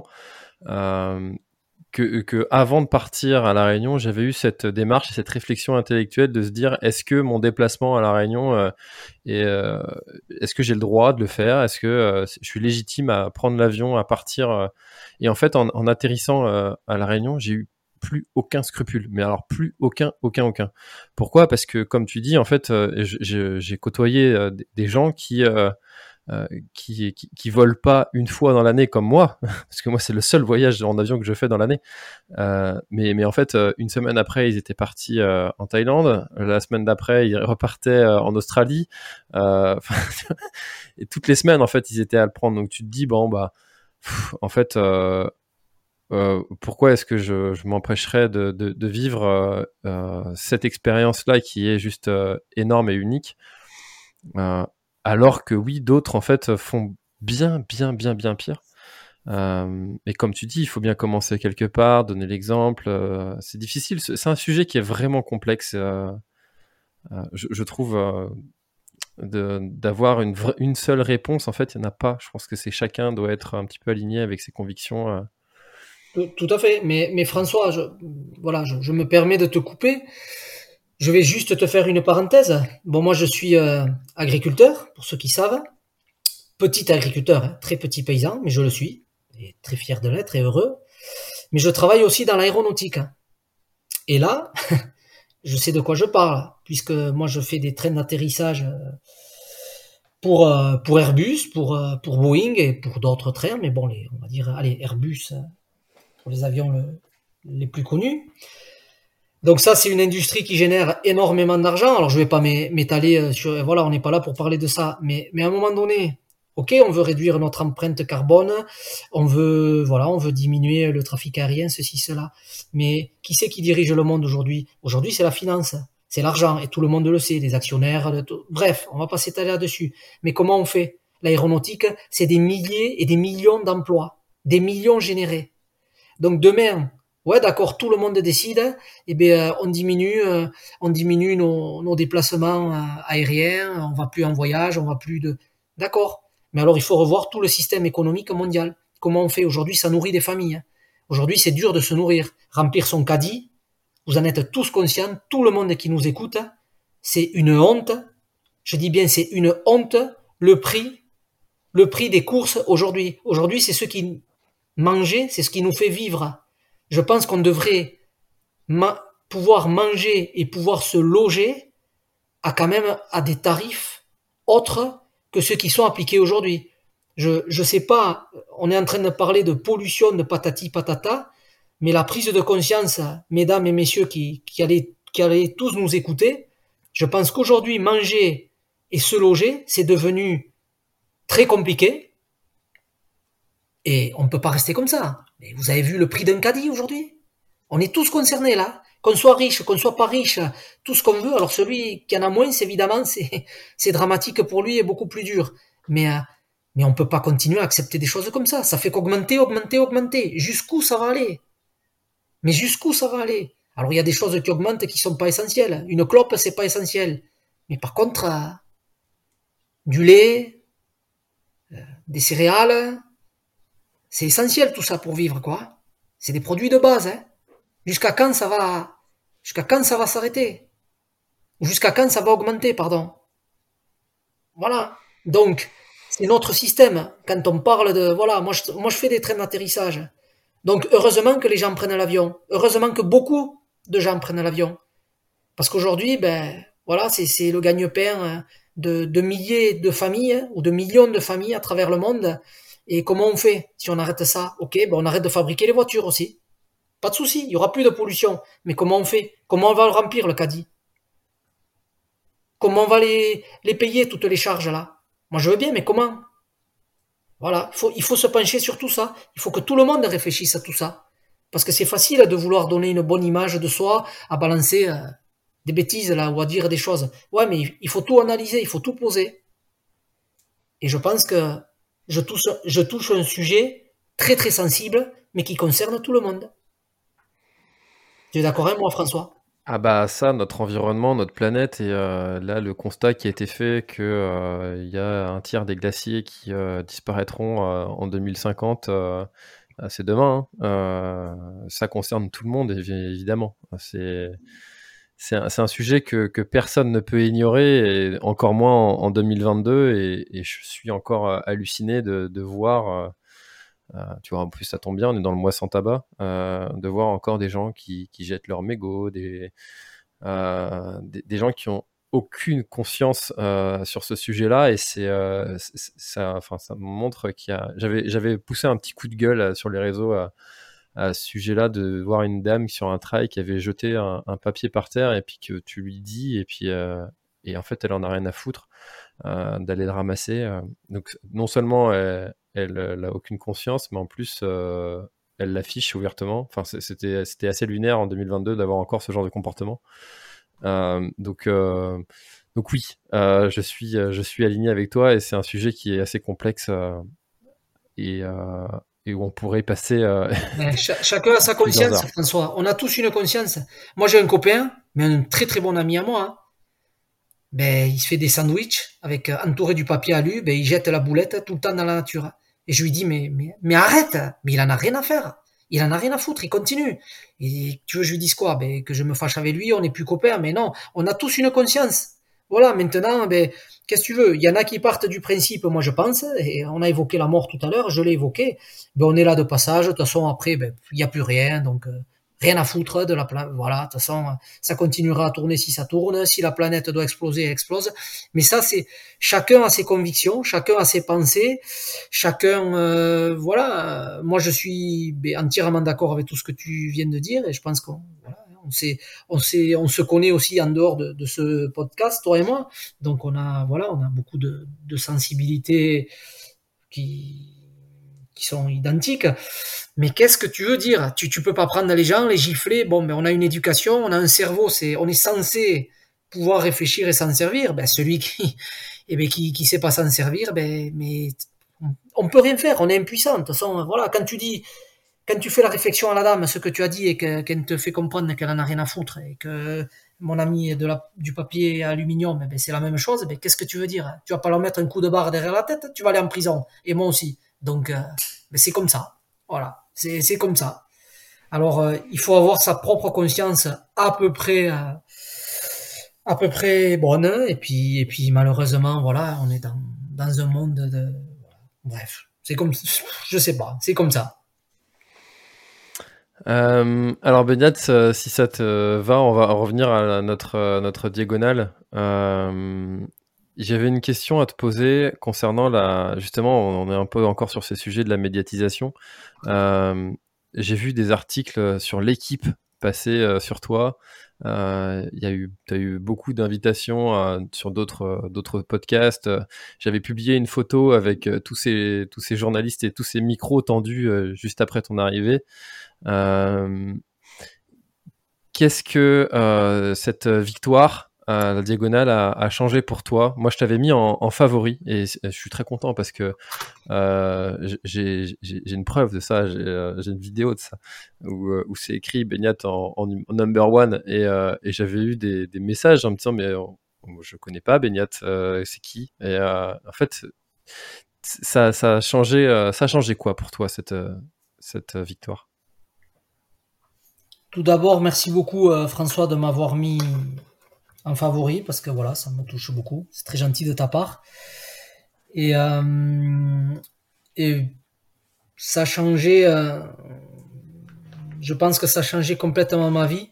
que avant de partir à La Réunion, j'avais eu cette démarche et cette réflexion intellectuelle de se dire est-ce que mon déplacement à La Réunion est-ce que j'ai le droit de le faire? Est-ce que je suis légitime à prendre l'avion, à partir Et en fait, en atterrissant à La Réunion, j'ai eu plus aucun scrupule, mais alors plus aucun. Pourquoi? Parce que comme tu dis, en fait, j'ai côtoyé des gens qui volent pas une fois dans l'année comme moi, parce que moi c'est le seul voyage en avion que je fais dans l'année. Mais en fait, une semaine après, ils étaient partis en Thaïlande. La semaine d'après, ils repartaient en Australie. Et toutes les semaines, en fait, ils étaient à le prendre. Donc tu te dis bon bah, en fait. Pourquoi est-ce que je m'empêcherais de vivre cette expérience-là qui est juste énorme et unique alors que oui, d'autres en fait font bien pire. Et comme tu dis, il faut bien commencer quelque part, donner l'exemple. C'est difficile, c'est un sujet qui est vraiment complexe. Je trouve d'avoir une seule réponse, en fait, il n'y en a pas. Je pense que chacun doit être un petit peu aligné avec ses convictions. Tout à fait. Mais François, je me permets de te couper. Je vais juste te faire une parenthèse. Bon, moi, je suis agriculteur, pour ceux qui savent. Petit agriculteur, hein, très petit paysan, mais je le suis. Et très fier de l'être et heureux. Mais je travaille aussi dans l'aéronautique. Et là, je sais de quoi je parle, puisque moi, je fais des trains d'atterrissage pour Airbus, pour Boeing et pour d'autres trains. Mais bon, on va dire, allez, Airbus... pour les avions les plus connus. Donc ça, c'est une industrie qui génère énormément d'argent. Alors je vais pas m'étaler sur... Voilà, on n'est pas là pour parler de ça. Mais à un moment donné, ok, on veut réduire notre empreinte carbone, on veut diminuer le trafic aérien, ceci, cela. Mais qui c'est qui dirige le monde aujourd'hui? Aujourd'hui, c'est la finance, c'est l'argent, et tout le monde le sait, les actionnaires, bref, on va pas s'étaler là-dessus. Mais comment on fait? L'aéronautique, c'est des milliers et des millions d'emplois, des millions générés. Donc demain, ouais, d'accord, tout le monde décide, on diminue nos déplacements aériens, on va plus en voyage, on va plus de... D'accord. Mais alors il faut revoir tout le système économique mondial. Comment on fait? Aujourd'hui, ça nourrit des familles. Aujourd'hui, c'est dur de se nourrir. Remplir son caddie, vous en êtes tous conscients, tout le monde qui nous écoute, c'est une honte. Je dis bien, c'est une honte, le prix des courses aujourd'hui. Aujourd'hui, c'est ce qui... Manger, c'est ce qui nous fait vivre. Je pense qu'on devrait pouvoir manger et pouvoir se loger quand même à des tarifs autres que ceux qui sont appliqués aujourd'hui. Je sais pas, on est en train de parler de pollution, de patati patata, mais la prise de conscience, mesdames et messieurs qui allez tous nous écouter, je pense qu'aujourd'hui, manger et se loger, c'est devenu très compliqué. Et on ne peut pas rester comme ça. Mais vous avez vu le prix d'un caddie aujourd'hui? On est tous concernés là. Qu'on soit riche, qu'on soit pas riche, tout ce qu'on veut. Alors celui qui en a moins, évidemment, c'est dramatique pour lui et beaucoup plus dur. Mais on peut pas continuer à accepter des choses comme ça. Ça fait qu'augmenter, augmenter, augmenter. Jusqu'où ça va aller? Mais jusqu'où ça va aller? Alors il y a des choses qui augmentent qui sont pas essentielles. Une clope, c'est pas essentiel. Mais par contre, du lait, des céréales, c'est essentiel tout ça pour vivre, quoi. C'est des produits de base, hein. Jusqu'à quand ça va s'arrêter? Ou jusqu'à quand ça va augmenter, pardon? Voilà. Donc, c'est notre système. Quand on parle de, voilà, moi je fais des trains d'atterrissage. Donc, heureusement que les gens prennent l'avion. Heureusement que beaucoup de gens prennent l'avion. Parce qu'aujourd'hui, ben, voilà, c'est le gagne-pain de milliers de familles ou de millions de familles à travers le monde. Et comment on fait si on arrête ça? Ok, ben on arrête de fabriquer les voitures aussi. Pas de souci, il y aura plus de pollution. Mais comment on fait? Comment on va le remplir le caddie? Comment on va les payer toutes les charges là? Moi je veux bien, mais comment? Voilà, il faut se pencher sur tout ça. Il faut que tout le monde réfléchisse à tout ça. Parce que c'est facile de vouloir donner une bonne image de soi, à balancer des bêtises là, ou à dire des choses. Ouais, mais il faut tout analyser, il faut tout poser. Et je pense que je touche un sujet très très sensible, mais qui concerne tout le monde. Tu es d'accord avec moi, François? Ah bah ça, notre environnement, notre planète, et là le constat qui a été fait que il y a un tiers des glaciers qui disparaîtront en 2050, c'est demain, hein. Ça concerne tout le monde évidemment. C'est un sujet que personne ne peut ignorer, et encore moins en 2022, et je suis encore halluciné de voir. Tu vois, en plus, ça tombe bien, on est dans le mois sans tabac, de voir encore des gens qui jettent leurs mégots, des gens qui ont aucune conscience sur ce sujet-là, et ça, enfin, ça me montre j'avais poussé un petit coup de gueule sur les réseaux à ce sujet-là, de voir une dame sur un trail qui avait jeté un papier par terre, et puis que tu lui dis, et en fait, elle en a rien à foutre d'aller le ramasser. Donc, non seulement elle n'a aucune conscience, mais en plus, elle l'affiche ouvertement. Enfin, c'était assez lunaire en 2022 d'avoir encore ce genre de comportement. Donc oui, je suis aligné avec toi, et c'est un sujet qui est assez complexe, et où on pourrait passer Chacun a sa plusieurs conscience, heures. François. On a tous une conscience. Moi, j'ai un copain, mais un très très bon ami à moi, hein. Ben, il se fait des sandwichs avec entouré du papier alu, ben, il jette la boulette tout le temps dans la nature. Et je lui dis, mais arrête! Mais il en a rien à faire. Il en a rien à foutre, il continue. Et tu veux que je lui dise quoi? Ben, que je me fâche avec lui, on n'est plus copains, mais non, on a tous une conscience. Voilà, maintenant, ben, qu'est-ce que tu veux? Il y en a qui partent du principe, moi je pense, et on a évoqué la mort tout à l'heure, je l'ai évoqué. Ben, on est là de passage, de toute façon, après, ben, il n'y a plus rien, donc, rien à foutre de la planète. Voilà, de toute façon, ça continuera à tourner si ça tourne. Si la planète doit exploser, elle explose. Mais ça, c'est chacun a ses convictions, chacun a ses pensées, chacun, voilà. Moi, je suis entièrement d'accord avec tout ce que tu viens de dire, et je pense qu'on voilà, on se connaît aussi en dehors de ce podcast, toi et moi. Donc voilà, on a beaucoup de sensibilités qui sont identiques. Mais qu'est-ce que tu veux dire? Tu peux pas prendre les gens, les gifler. Bon, mais on a une éducation, on a un cerveau, on est censé pouvoir réfléchir et s'en servir. Ben, celui qui sait pas s'en servir, ben, mais on peut rien faire, on est impuissant. De toute façon, voilà, quand tu fais la réflexion à la dame, ce que tu as dit, et qu'elle te fait comprendre qu'elle en a rien à foutre, et que mon ami est du papier aluminium, ben, c'est la même chose, ben, qu'est-ce que tu veux dire? Tu vas pas leur mettre un coup de barre derrière la tête, tu vas aller en prison. Et moi aussi. Donc, ben, c'est comme ça. Voilà. C'est comme ça. Alors, il faut avoir sa propre conscience à peu près bonne. Et puis malheureusement, voilà, on est dans un monde de, bref, c'est comme, je sais pas, c'est comme ça. Alors Benyat, si ça te va, on va revenir à notre diagonale. J'avais une question à te poser concernant justement, on est un peu encore sur ces sujets de la médiatisation. J'ai vu des articles sur l'équipe passer sur toi. T'as eu beaucoup d'invitations sur d'autres podcasts. J'avais publié une photo avec tous ces journalistes et tous ces micros tendus juste après ton arrivée. qu'est-ce que cette victoire à la Diagonale a changé pour toi? Moi, je t'avais mis en favori et je suis très content parce que j'ai une preuve de ça, j'ai une vidéo de ça où c'est écrit Beñat en number one et j'avais eu des messages en me disant mais je connais pas Beñat, c'est qui? Et en fait, ça a changé quoi pour toi cette victoire? Tout d'abord, merci beaucoup François de m'avoir mis en favori parce que voilà, ça me touche beaucoup. C'est très gentil de ta part. Et ça a changé. Je pense que ça a changé complètement ma vie.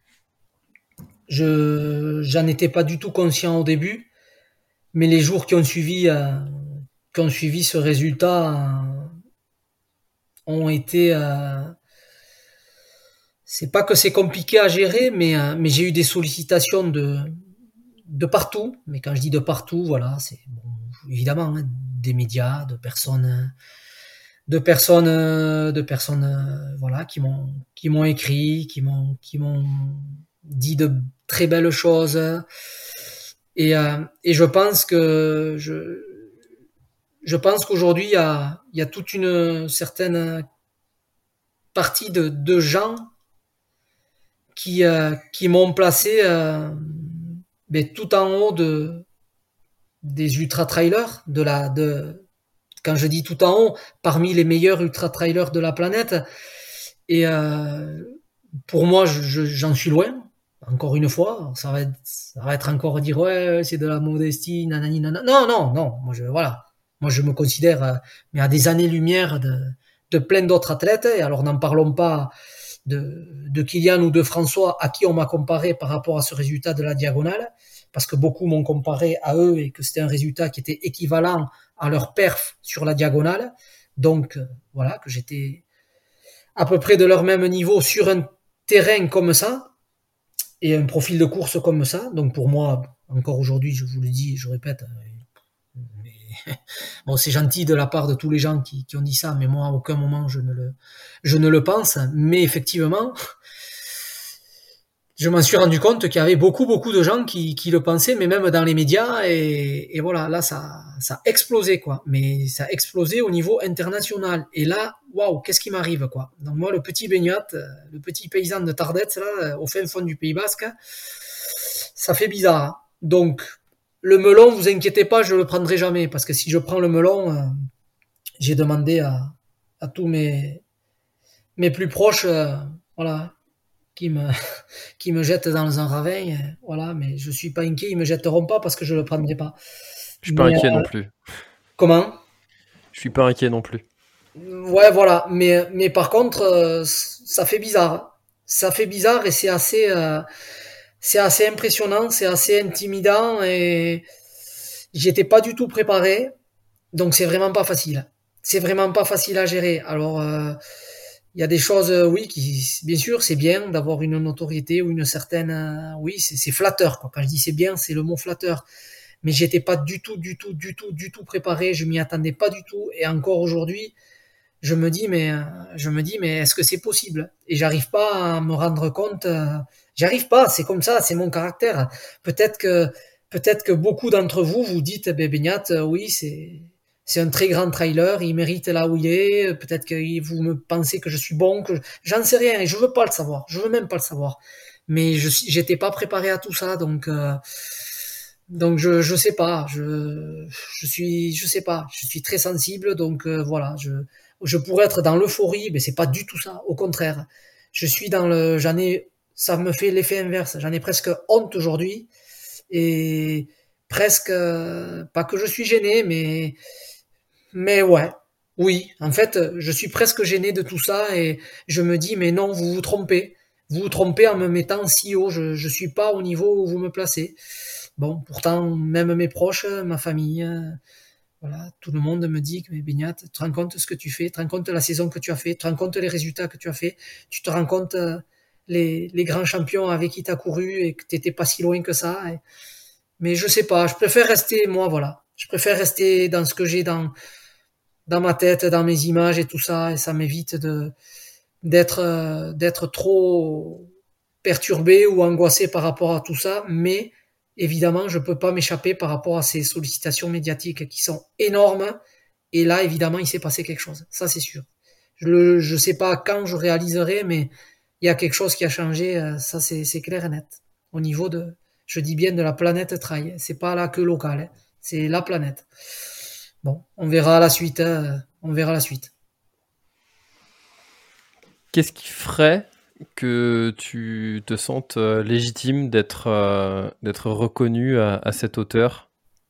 J'en étais pas du tout conscient au début, mais les jours qui ont suivi ce résultat ont été. C'est pas que c'est compliqué à gérer, mais j'ai eu des sollicitations de partout. Mais quand je dis de partout, voilà, c'est bon, évidemment des médias, de personnes, voilà, qui m'ont écrit, qui m'ont dit de très belles choses. Et je pense que je pense qu'aujourd'hui il y a toute une certaine partie de gens qui m'ont placé tout en haut des ultra trailers quand je dis tout en haut, parmi les meilleurs ultra trailers de la planète. Et pour moi, j'en suis loin. Encore une fois, ça va être encore dire ouais, c'est de la modestie, nanani, nanana. Non. Moi, je me considère mais à des années-lumière de plein d'autres athlètes. Et alors, n'en parlons pas de Kylian ou de François à qui on m'a comparé par rapport à ce résultat de la Diagonale, parce que beaucoup m'ont comparé à eux et que c'était un résultat qui était équivalent à leur perf sur la Diagonale. Donc, voilà, que j'étais à peu près de leur même niveau sur un terrain comme ça et un profil de course comme ça. Donc, pour moi, encore aujourd'hui, je vous le dis, je répète, bon, c'est gentil de la part de tous les gens qui ont dit ça, mais moi, à aucun moment, je ne le pense. Mais effectivement, je m'en suis rendu compte qu'il y avait beaucoup de gens qui le pensaient, mais même dans les médias. Et voilà, là, ça a explosé, quoi. Mais ça a explosé au niveau international. Et là, waouh, qu'est-ce qui m'arrive, quoi. Donc moi, le petit Beñat, le petit paysan de Tardets, là, au fin fond du Pays Basque, ça fait bizarre. Donc, le melon, vous inquiétez pas, je le prendrai jamais, parce que si je prends le melon, j'ai demandé à tous mes plus proches, voilà, qui me jettent dans un ravin, voilà, mais je suis pas inquiet, ils me jetteront pas parce que je le prendrai pas. Je suis pas inquiet non plus. Comment ? Je suis pas inquiet non plus. Ouais, voilà, mais par contre, ça fait bizarre. Ça fait bizarre et c'est assez impressionnant, c'est assez intimidant et j'étais pas du tout préparé, donc c'est vraiment pas facile. C'est vraiment pas facile à gérer. Alors, il y a des choses, oui, qui, bien sûr, c'est bien d'avoir une notoriété ou une certaine, oui, c'est flatteur, quoi. Quand je dis c'est bien, c'est le mot flatteur. Mais j'étais pas du tout préparé, je m'y attendais pas du tout. Et encore aujourd'hui, je me dis, mais est-ce que c'est possible? Et j'arrive pas à me rendre compte, j'arrive pas, c'est comme ça, c'est mon caractère. Peut-être que beaucoup d'entre vous vous dites, Beñat, oui, c'est un très grand trailer, il mérite là où il est, peut-être que vous me pensez que je suis bon, j'en sais rien, et je veux pas le savoir, je veux même pas le savoir. Mais j'étais pas préparé à tout ça, donc je sais pas, je sais pas, je suis très sensible, donc voilà, je pourrais être dans l'euphorie, mais c'est pas du tout ça, au contraire. Je suis ça me fait l'effet inverse, j'en ai presque honte aujourd'hui, et presque, pas que je suis gêné, mais ouais, oui, en fait, je suis presque gêné de tout ça et je me dis, mais non, vous vous trompez. Vous vous trompez en me mettant si haut, je suis pas au niveau où vous me placez. Bon, pourtant, même mes proches, ma famille, voilà, tout le monde me dit, mais Beñat, tu te rends compte ce que tu fais, tu te rends compte de la saison que tu as fait, tu te rends compte les résultats que tu as fait, tu te rends compte les grands champions avec qui tu as couru et que tu n'étais pas si loin que ça. Mais je sais pas, je préfère rester, moi, voilà. Je préfère rester dans ce que j'ai dans ma tête, dans mes images et tout ça, et ça m'évite d'être trop perturbé ou angoissé par rapport à tout ça, mais évidemment, je peux pas m'échapper par rapport à ces sollicitations médiatiques qui sont énormes. Et là, évidemment, il s'est passé quelque chose. Ça, c'est sûr. Je sais pas quand je réaliserai, mais il y a quelque chose qui a changé. Ça, c'est clair et net. Au niveau de, je dis bien de la planète trail. C'est pas là que local. Hein. C'est la planète. Bon, on verra la suite. On verra la suite. Qu'est-ce qui ferait que tu te sentes légitime d'être reconnu à cette hauteur?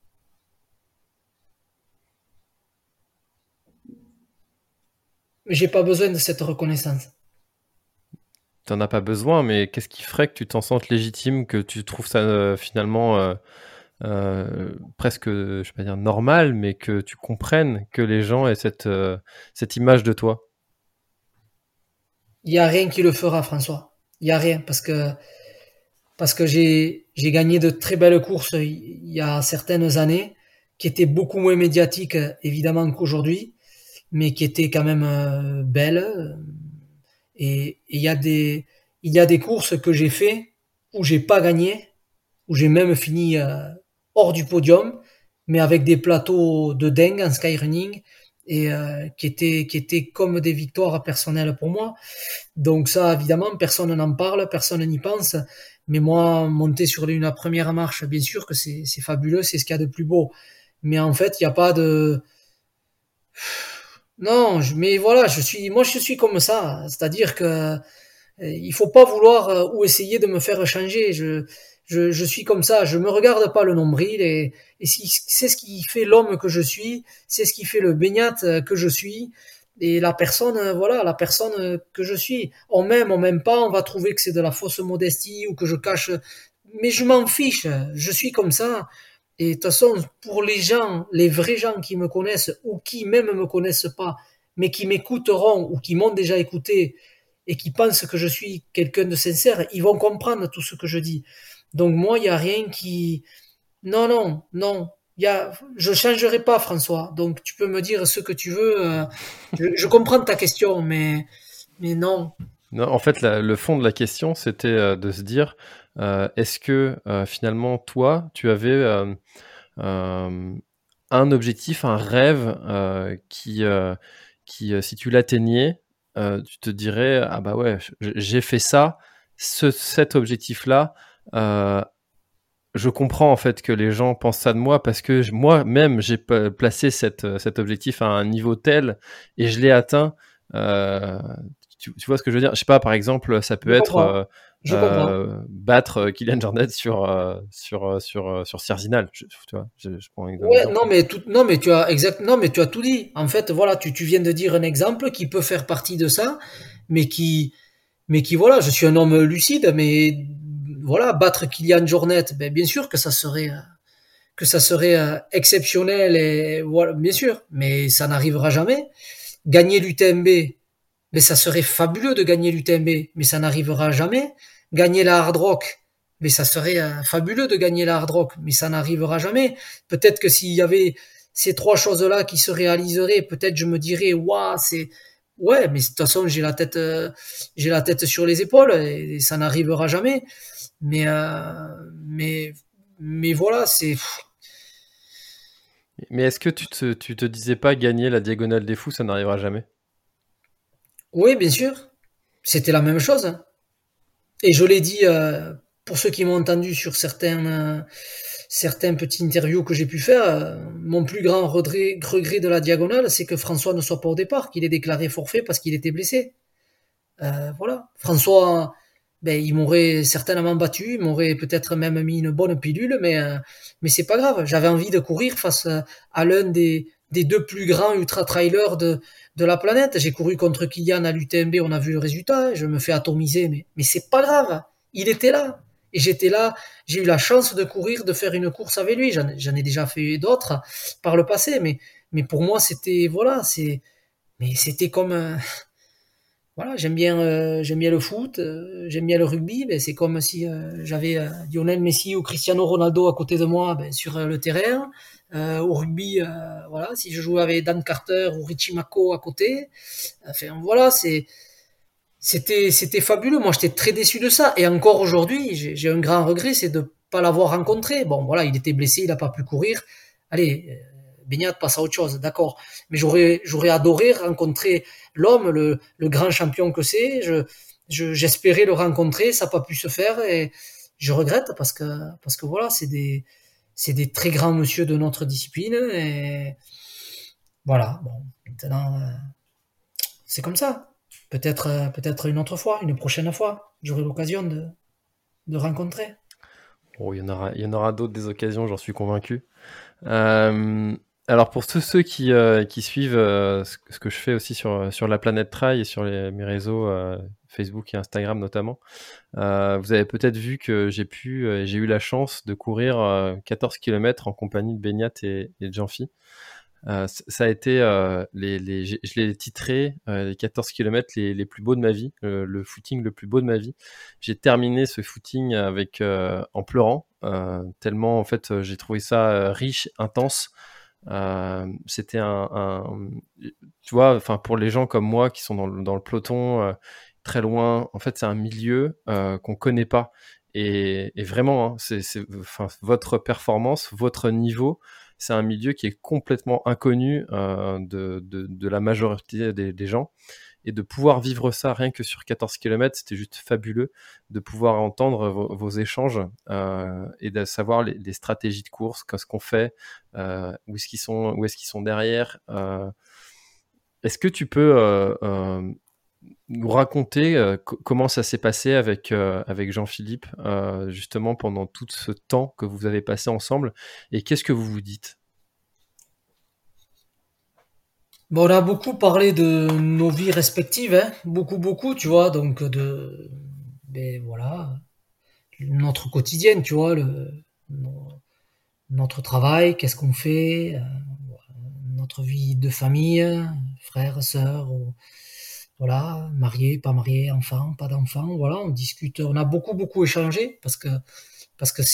J'ai pas besoin de cette reconnaissance. T'en as pas besoin, mais qu'est-ce qui ferait que tu t'en sentes légitime, que tu trouves ça finalement presque, je vais pas dire normal, mais que tu comprennes que les gens aient cette image de toi? Il y a rien qui le fera, François. Il y a rien parce que j'ai gagné de très belles courses il y a certaines années qui étaient beaucoup moins médiatiques évidemment qu'aujourd'hui, mais qui étaient quand même belles. Et il y a des courses que j'ai fait où j'ai pas gagné, où j'ai même fini hors du podium, mais avec des plateaux de dingue en skyrunning et qui étaient comme des victoires personnelles pour moi. Donc ça, évidemment, personne n'en parle, personne n'y pense. Mais moi, monter sur la première marche, bien sûr que c'est fabuleux, c'est ce qu'il y a de plus beau. Mais en fait, il n'y a pas de... Non, mais voilà, moi je suis comme ça. C'est-à-dire que il faut pas vouloir ou essayer de me faire changer. Je suis comme ça. Je me regarde pas le nombril et c'est ce qui fait l'homme que je suis. C'est ce qui fait le baignat que je suis. Et la personne, voilà, la personne que je suis. On m'aime pas, on va trouver que c'est de la fausse modestie ou que je cache. Mais je m'en fiche. Je suis comme ça. Et de toute façon, pour les gens, les vrais gens qui me connaissent ou qui même me connaissent pas, mais qui m'écouteront ou qui m'ont déjà écouté et qui pensent que je suis quelqu'un de sincère, ils vont comprendre tout ce que je dis. Donc moi, il y a rien qui... Non, non, non. Je changerai pas, François. Donc tu peux me dire ce que tu veux. Je comprends ta question, mais non. Non, en fait, le fond de la question, c'était de se dire, est-ce que finalement, toi, tu avais un objectif, un rêve qui si tu l'atteignais, tu te dirais, ah bah ouais, j'ai fait ça, cet objectif-là, je comprends en fait que les gens pensent ça de moi parce que moi-même j'ai placé cet objectif à un niveau tel et je l'ai atteint. Euh, tu vois ce que je veux dire? Je sais pas, par exemple, ça peut Je être comprends. Je comprends. battre Kylian Jornet sur Cerzinal. Tu vois, je prends un Ouais, exemple. non, mais tu as non, mais tu as tout dit. En fait, voilà, tu viens de dire un exemple qui peut faire partie de ça, mais voilà, je suis un homme lucide, mais voilà, battre Kylian Jornet, ben, bien sûr que ça serait exceptionnel et voilà, bien sûr, mais ça n'arrivera jamais. Gagner l'UTMB, mais ça serait fabuleux de gagner l'UTMB, mais ça n'arrivera jamais. Gagner la Hard Rock, mais ça serait fabuleux de gagner la Hard Rock, mais ça n'arrivera jamais. Peut-être que s'il y avait ces trois choses-là qui se réaliseraient, peut-être je me dirais, waouh, c'est ouais, mais de toute façon j'ai la tête sur les épaules et ça n'arrivera jamais. Mais mais mais voilà, c'est Mais est-ce que tu te disais pas gagner la diagonale des fous, ça n'arrivera jamais? oui, bien sûr, c'était la même chose. Hein. Et je l'ai dit pour ceux qui m'ont entendu sur certains petits interviews que j'ai pu faire, mon plus grand regret de la diagonale, c'est que François ne soit pas au départ, qu'il ait déclaré forfait parce qu'il était blessé. Voilà. François, ben, il m'aurait certainement battu, il m'aurait peut-être même mis une bonne pilule, mais c'est pas grave. J'avais envie de courir face à l'un des deux plus grands ultra-trailers de la planète. J'ai couru contre Kylian à l'UTMB, on a vu le résultat, je me fais atomiser, mais c'est pas grave. Il était là. Et j'étais là, j'ai eu la chance de courir, de faire une course avec lui. J'en ai déjà fait d'autres par le passé, mais pour moi, c'était, voilà, mais c'était comme, voilà, j'aime bien le foot, j'aime bien le rugby. Ben, c'est comme si j'avais Lionel Messi ou Cristiano Ronaldo à côté de moi ben, sur le terrain. Au rugby, voilà, si je jouais avec Dan Carter ou Richie Mako à côté. Enfin, voilà, c'était fabuleux. Moi, j'étais très déçu de ça. Et encore aujourd'hui, j'ai un grand regret, c'est de pas l'avoir rencontré. Bon, voilà, il était blessé, il a pas pu courir. Allez, Beignat passe à autre chose, d'accord. Mais j'aurais adoré rencontrer l'homme, le grand champion que c'est. J'espérais le rencontrer, ça n'a pas pu se faire et je regrette parce que voilà, c'est des très grands monsieur de notre discipline et voilà. Bon, maintenant, c'est comme ça. Peut-être une autre fois, une prochaine fois, j'aurai l'occasion de rencontrer. Oh, il y en aura d'autres des occasions, j'en suis convaincu. Alors pour tous ceux qui suivent ce que je fais aussi sur la planète Trail et sur mes réseaux Facebook et Instagram notamment, vous avez peut-être vu que j'ai eu la chance de courir 14 km en compagnie de Beignat et de Jean-Phi. Ça a été, je l'ai titré les 14 km les plus beaux de ma vie, le footing le plus beau de ma vie. J'ai terminé ce footing en pleurant, tellement en fait j'ai trouvé ça riche, intense. C'était tu vois, enfin pour les gens comme moi qui sont dans le peloton, très loin, en fait c'est un milieu qu'on connaît pas et vraiment hein, enfin votre performance, votre niveau, c'est un milieu qui est complètement inconnu de la majorité des gens. Et de pouvoir vivre ça rien que sur 14 km, c'était juste fabuleux de pouvoir entendre vos échanges et de savoir les stratégies de course, ce qu'on fait, où est-ce qu'ils sont derrière. Est-ce que tu peux nous raconter comment ça s'est passé avec Jean-Philippe, justement pendant tout ce temps que vous avez passé ensemble, et qu'est-ce que vous vous dites? Bon, on a beaucoup parlé de nos vies respectives, hein. Beaucoup, tu vois, donc ben voilà, notre quotidien, tu vois, notre travail, qu'est-ce qu'on fait, notre vie de famille, frères, sœurs, voilà, mariés, pas mariés, enfants, pas d'enfants, voilà, on discute, on a beaucoup échangé parce que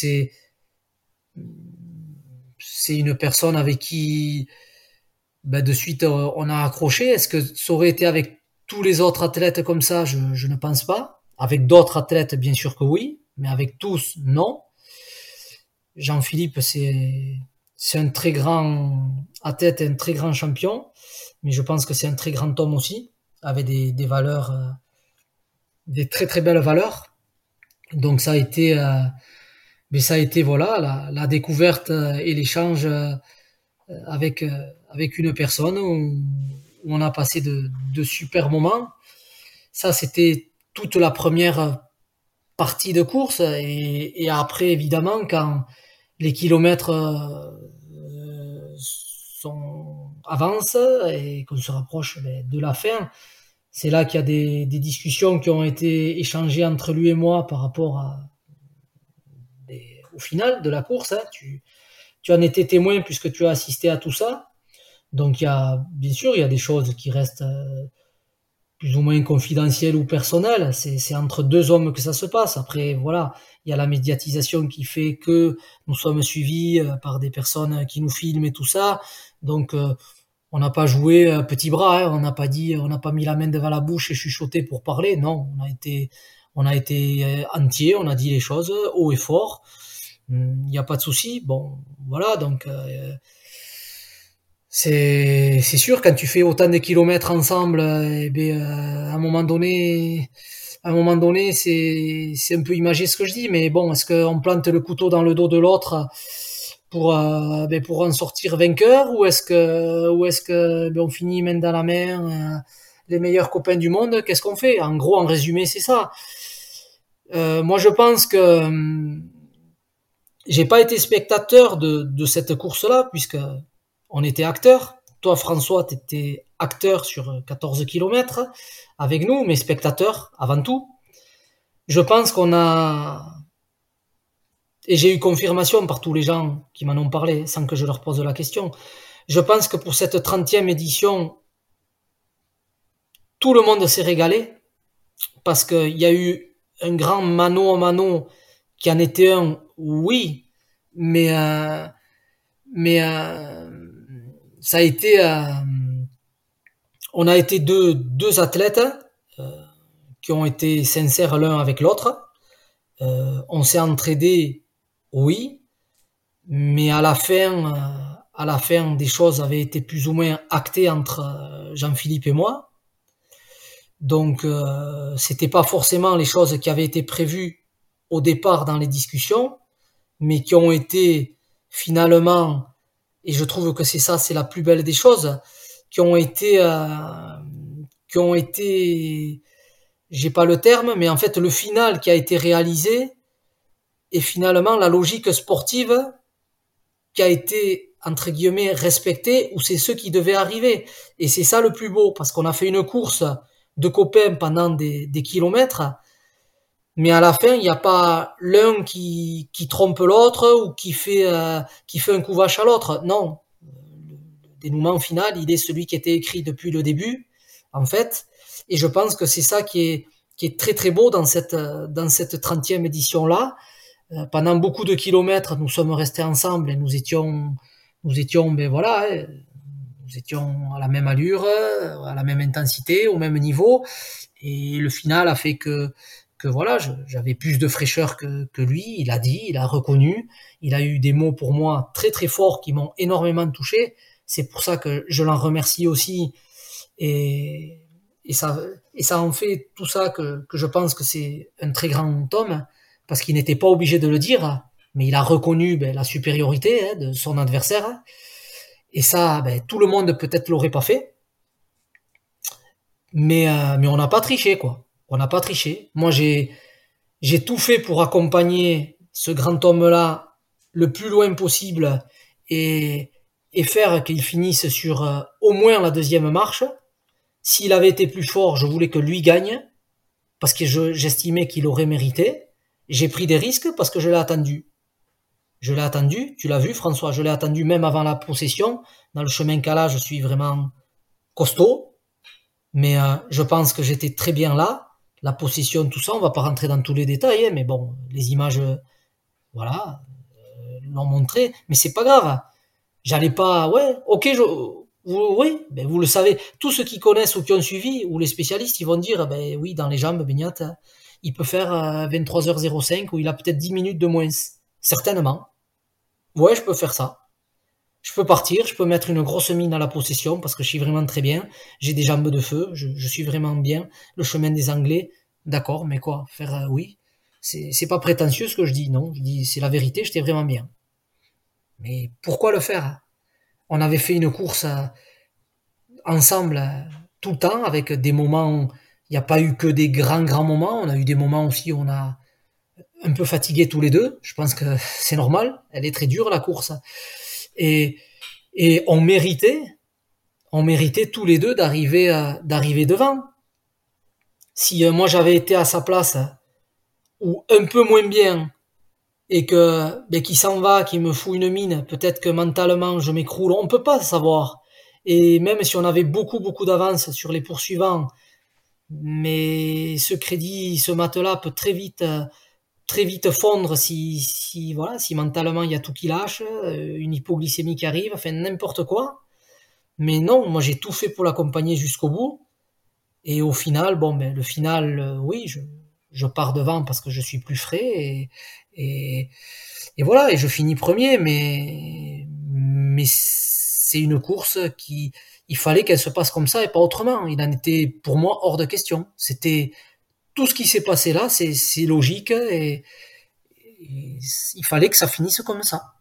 c'est une personne avec qui ben de suite on a accroché. Est-ce que ça aurait été avec tous les autres athlètes comme ça? Je ne pense pas. Avec d'autres athlètes, bien sûr que oui, mais avec tous, non. Jean-Philippe, c'est un très grand athlète et un très grand champion, mais je pense que c'est un très grand homme aussi, avec des valeurs, des très belles valeurs. Donc ça a été voilà la découverte et l'échange avec une personne où on a passé de super moments. Ça, c'était toute la première partie de course. Et après, évidemment, quand les kilomètres avancent et qu'on se rapproche de la fin, c'est là qu'il y a des discussions qui ont été échangées entre lui et moi par rapport au final de la course. Hein. Tu en étais témoin puisque tu as assisté à tout ça. Donc bien sûr, il y a des choses qui restent plus ou moins confidentielles ou personnelles. C'est entre deux hommes que ça se passe. Après, voilà, il y a la médiatisation qui fait que nous sommes suivis par des personnes qui nous filment et tout ça. Donc, on n'a pas joué petit bras. Hein. On n'a pas mis la main devant la bouche et chuchoté pour parler. Non, on a été entier. On a dit les choses haut et fort. Il n'y a pas de souci. Bon, voilà, donc. C'est sûr quand tu fais autant de kilomètres ensemble, à un moment donné, c'est un peu imagé ce que je dis, mais bon, est-ce qu'on plante le couteau dans le dos de l'autre pour en sortir vainqueur, ou est-ce que on finit main dans la main, les meilleurs copains du monde, qu'est-ce qu'on fait? En gros, en résumé, c'est ça. Moi, je pense que j'ai pas été spectateur de cette course-là, puisque on était acteurs. Toi, François, tu étais acteur sur 14 kilomètres avec nous, mais spectateur avant tout. Je pense qu'on a... Et j'ai eu confirmation par tous les gens qui m'en ont parlé, sans que je leur pose la question. Je pense que pour cette 30e édition, tout le monde s'est régalé, parce qu'il y a eu un grand mano à mano qui en était un, oui, mais ça a été, on a été deux athlètes qui ont été sincères l'un avec l'autre. On s'est entraidés, oui, mais à la fin, des choses avaient été plus ou moins actées entre Jean-Philippe et moi. Donc, c'était pas forcément les choses qui avaient été prévues au départ dans les discussions, mais qui ont été finalement, et je trouve que c'est la plus belle des choses, qui ont été, j'ai pas le terme, mais en fait le final qui a été réalisé est finalement la logique sportive qui a été entre guillemets respectée, ou c'est ce qui devait arriver. Et c'est ça le plus beau, parce qu'on a fait une course de copains pendant des kilomètres, mais à la fin il n'y a pas l'un qui trompe l'autre ou qui fait un coup vache à l'autre. Non, le dénouement final, il est celui qui était écrit depuis le début, en fait. Et je pense que c'est ça qui est très très beau dans cette 30e édition là. Pendant beaucoup de kilomètres, nous sommes restés ensemble et nous étions ben voilà, nous étions à la même allure, à la même intensité, au même niveau. Et le final a fait que voilà, j'avais plus de fraîcheur que lui. Il a dit, il a reconnu, il a eu des mots pour moi très très forts qui m'ont énormément touché. C'est pour ça que je l'en remercie aussi. Et ça en fait tout ça que je pense que c'est un très grand homme, parce qu'il n'était pas obligé de le dire, mais il a reconnu la supériorité de son adversaire. Et ça, tout le monde peut-être l'aurait pas fait. Mais on n'a pas triché, quoi. On n'a pas triché. Moi, j'ai tout fait pour accompagner ce grand homme-là le plus loin possible et faire qu'il finisse sur au moins la deuxième marche. S'il avait été plus fort, je voulais que lui gagne, parce que j'estimais qu'il aurait mérité. J'ai pris des risques parce que je l'ai attendu. Je l'ai attendu, tu l'as vu François, je l'ai attendu même avant la possession. Dans le chemin Cala, je suis vraiment costaud, mais je pense que j'étais très bien là. La possession, tout ça, on va pas rentrer dans tous les détails, mais bon, les images, voilà, l'ont montré, mais c'est pas grave. J'allais pas, ouais, ok, oui, vous le savez. Tous ceux qui connaissent ou qui ont suivi, ou les spécialistes, ils vont dire, oui, dans les jambes, Beignat, il peut faire 23h05 ou il a peut-être 10 minutes de moins. Certainement. Ouais, je peux faire ça. Je peux partir, je peux mettre une grosse mine à la possession parce que je suis vraiment très bien. J'ai des jambes de feu, je suis vraiment bien. Le chemin des Anglais, d'accord, mais quoi, faire oui. C'est pas prétentieux ce que je dis, non. Je dis c'est la vérité, j'étais vraiment bien. Mais pourquoi le faire? On avait fait une course ensemble tout le temps avec des moments. Il n'y a pas eu que des grands moments. On a eu des moments aussi où on a un peu fatigué tous les deux. Je pense que c'est normal. Elle est très dure la course. Et on méritait tous les deux d'arriver devant. Si moi j'avais été à sa place ou un peu moins bien et que qu'il s'en va, qu'il me fout une mine, peut-être que mentalement je m'écroule. On peut pas savoir. Et même si on avait beaucoup d'avance sur les poursuivants, mais ce crédit, ce matelas peut très vite fondre si mentalement il y a tout qui lâche, une hypoglycémie qui arrive, enfin n'importe quoi. Mais non, moi j'ai tout fait pour l'accompagner jusqu'au bout. Et au final, le final, oui, je pars devant parce que je suis plus frais et voilà, et je finis premier, mais c'est une course il fallait qu'elle se passe comme ça et pas autrement. Il en était pour moi hors de question. C'était tout ce qui s'est passé là, c'est logique et il fallait que ça finisse comme ça.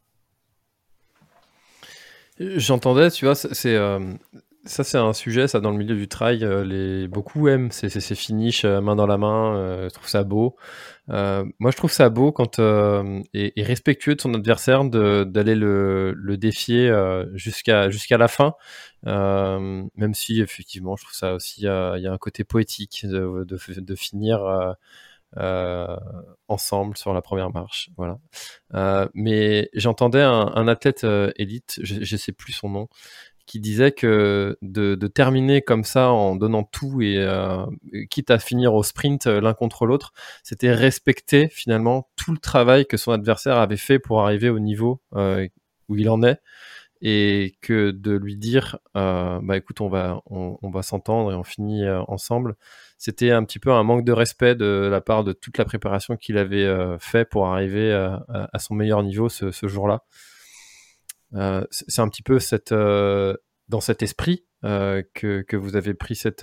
J'entendais, tu vois, ça c'est un sujet, ça dans le milieu du trail, beaucoup aiment ces finishes main dans la main, je trouve ça beau. Moi je trouve ça beau quand et respectueux de son adversaire d'aller le défier jusqu'à la fin, même si effectivement je trouve ça aussi il y a un côté poétique de finir ensemble sur la première marche, voilà. Mais j'entendais un athlète élite, je sais plus son nom, qui disait que de terminer comme ça en donnant tout et quitte à finir au sprint l'un contre l'autre, c'était respecter finalement tout le travail que son adversaire avait fait pour arriver au niveau où il en est, et que de lui dire bah écoute, on va s'entendre et on finit ensemble. C'était un petit peu un manque de respect de la part de toute la préparation qu'il avait fait pour arriver à son meilleur niveau ce jour-là. C'est un petit peu dans cet esprit que vous avez pris cette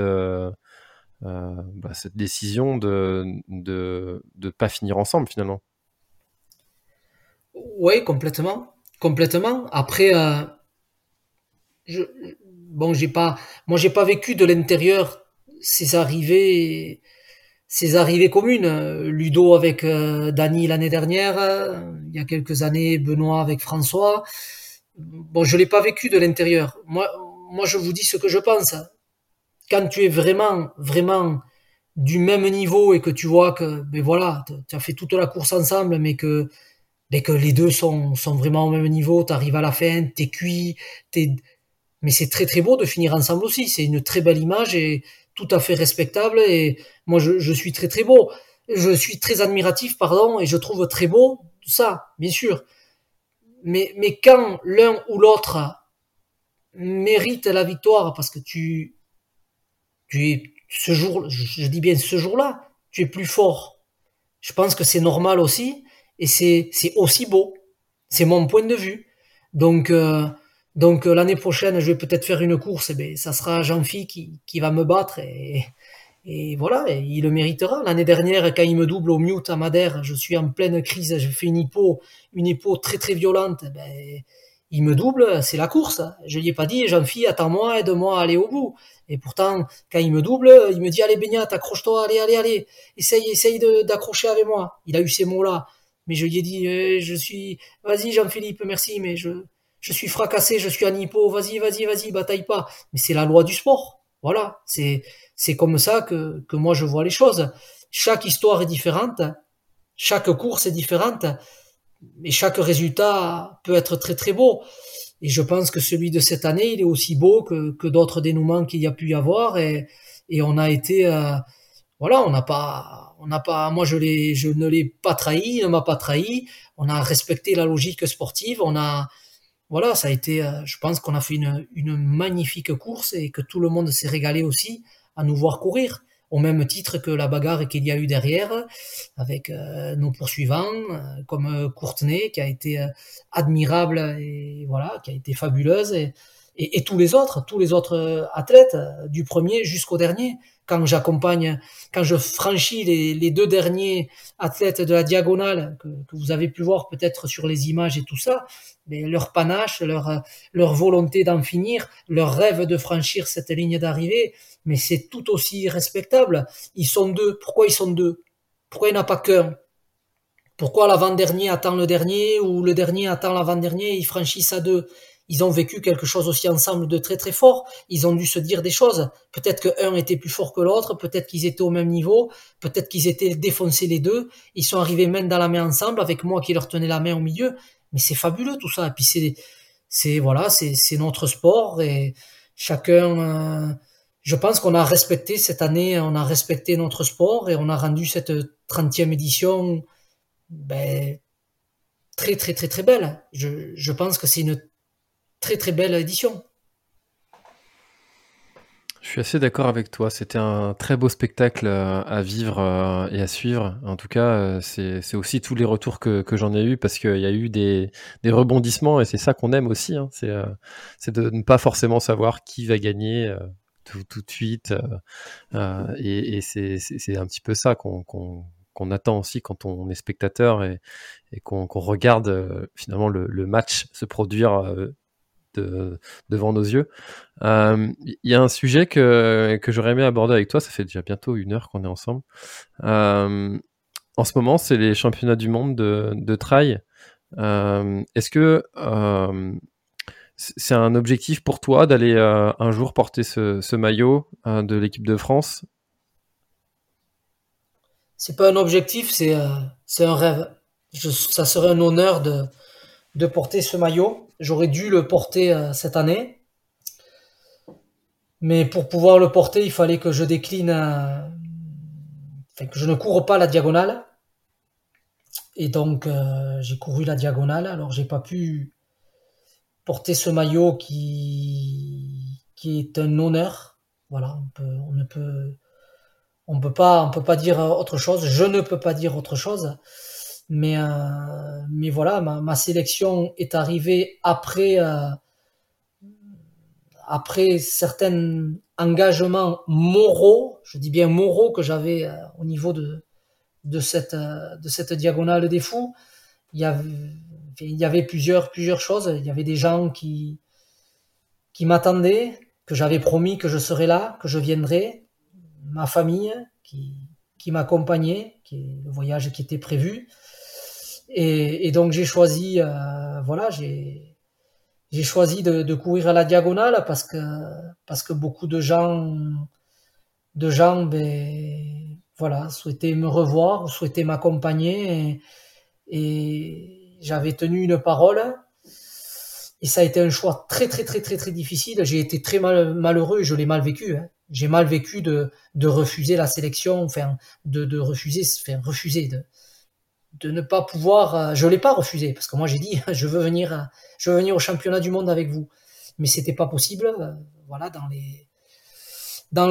décision de pas finir ensemble finalement. Oui, complètement. Complètement. Après, je, bon, j'ai pas vécu de l'intérieur ces arrivées, ces arrivées communes. Ludo avec Dany l'année dernière, il y a quelques années, Benoît avec François. Bon, je l'ai pas vécu de l'intérieur. Moi, je vous dis ce que je pense. Quand tu es vraiment, vraiment du même niveau et que tu vois que, ben voilà, tu as fait toute la course ensemble, mais que les deux sont vraiment au même niveau, t'arrives à la fin, t'es cuit, mais c'est très très beau de finir ensemble aussi. C'est une très belle image et tout à fait respectable. Et moi, je suis très très beau. Je suis très admiratif, pardon, et je trouve très beau ça, bien sûr. Mais quand l'un ou l'autre mérite la victoire, parce que tu es ce jour, je dis bien ce jour-là, tu es plus fort. Je pense que c'est normal aussi, et c'est aussi beau. C'est mon point de vue. Donc, l'année prochaine, je vais peut-être faire une course. Et ben, ça sera Jean-Phi qui va me battre et voilà, et il le méritera. L'année dernière, quand il me double au mute à Madère, je suis en pleine crise, je fais une hypo très très violente. Ben, il me double, c'est la course. Je lui ai pas dit, Jean-Phi, attends-moi, aide-moi à aller au bout. Et pourtant, quand il me double, il me dit, allez Beignat, accroche-toi, allez, essaye d'accrocher avec moi. Il a eu ces mots-là. Mais je lui ai dit, vas-y Jean-Philippe, merci, mais je suis fracassé, je suis en hypo, vas-y, bataille pas. Mais c'est la loi du sport. Voilà, c'est comme ça que moi je vois les choses. Chaque histoire est différente, chaque course est différente, et chaque résultat peut être très très beau. Et je pense que celui de cette année, il est aussi beau que d'autres dénouements qu'il y a pu y avoir. Et on a été, voilà, on n'a pas, moi je ne l'ai pas trahi, il ne m'a pas trahi. On a respecté la logique sportive. Voilà, ça a été, je pense qu'on a fait une magnifique course et que tout le monde s'est régalé aussi à nous voir courir, au même titre que la bagarre qu'il y a eu derrière avec nos poursuivants, comme Courtenay, qui a été admirable et voilà, qui a été fabuleuse, et tous les autres athlètes, du premier jusqu'au dernier. Quand je franchis les deux derniers athlètes de la diagonale que vous avez pu voir peut-être sur les images et tout ça, mais leur panache, leur volonté d'en finir, leur rêve de franchir cette ligne d'arrivée, mais c'est tout aussi respectable. Ils sont deux. Pourquoi ils sont deux? Pourquoi il n'y en a pas qu'un? Pourquoi l'avant-dernier attend le dernier ou le dernier attend l'avant-dernier et ils franchissent à deux? Ils ont vécu quelque chose aussi ensemble de très très fort. Ils ont dû se dire des choses. Peut-être qu'un était plus fort que l'autre, peut-être qu'ils étaient au même niveau, peut-être qu'ils étaient défoncés les deux. Ils sont arrivés main dans la main ensemble avec moi qui leur tenais la main au milieu. Mais c'est fabuleux tout ça. Et puis c'est notre sport et chacun. Je pense qu'on a respecté cette année, on a respecté notre sport et on a rendu cette 30e édition ben, très très très très belle. Je pense que c'est une très très belle édition. Je suis assez d'accord avec toi. C'était un très beau spectacle à vivre et à suivre. En tout cas, c'est aussi tous les retours que j'en ai eu parce qu'il y a eu des rebondissements et c'est ça qu'on aime aussi. Hein. C'est de ne pas forcément savoir qui va gagner tout de suite. Et c'est un petit peu ça qu'on attend aussi quand on est spectateur et qu'on regarde finalement le match se produire devant nos yeux. Il y a un sujet que j'aurais aimé aborder avec toi, ça fait déjà bientôt 1 heure qu'on est ensemble. En ce moment, c'est les championnats du monde de trail. Est-ce que c'est un objectif pour toi d'aller un jour porter ce maillot de l'équipe de France? C'est pas un objectif, c'est un rêve. Ça serait un honneur de porter ce maillot. J'aurais dû le porter cette année. Mais pour pouvoir le porter, il fallait que je décline, que je ne cours pas la diagonale. Et donc, j'ai couru la diagonale. Alors, j'ai pas pu porter ce maillot qui est un honneur. Voilà, on peut pas dire autre chose. Je ne peux pas dire autre chose. Mais voilà, ma sélection est arrivée après certains engagements moraux, je dis bien moraux, que j'avais au niveau de cette diagonale des fous. Il y avait plusieurs choses. Il y avait des gens qui m'attendaient, que j'avais promis que je serais là, que je viendrais, ma famille qui m'accompagnait, le voyage qui était prévu. Et donc j'ai choisi, j'ai choisi de courir à la diagonale parce que beaucoup de gens, souhaitaient me revoir ou souhaitaient m'accompagner et j'avais tenu une parole. Et ça a été un choix très très très très très difficile. J'ai été très malheureux et je l'ai mal vécu. Hein. J'ai mal vécu de refuser la sélection, de refuser de ne pas pouvoir. Je l'ai pas refusé parce que moi j'ai dit je veux venir au championnat du monde avec vous, mais c'était pas possible. Voilà, dans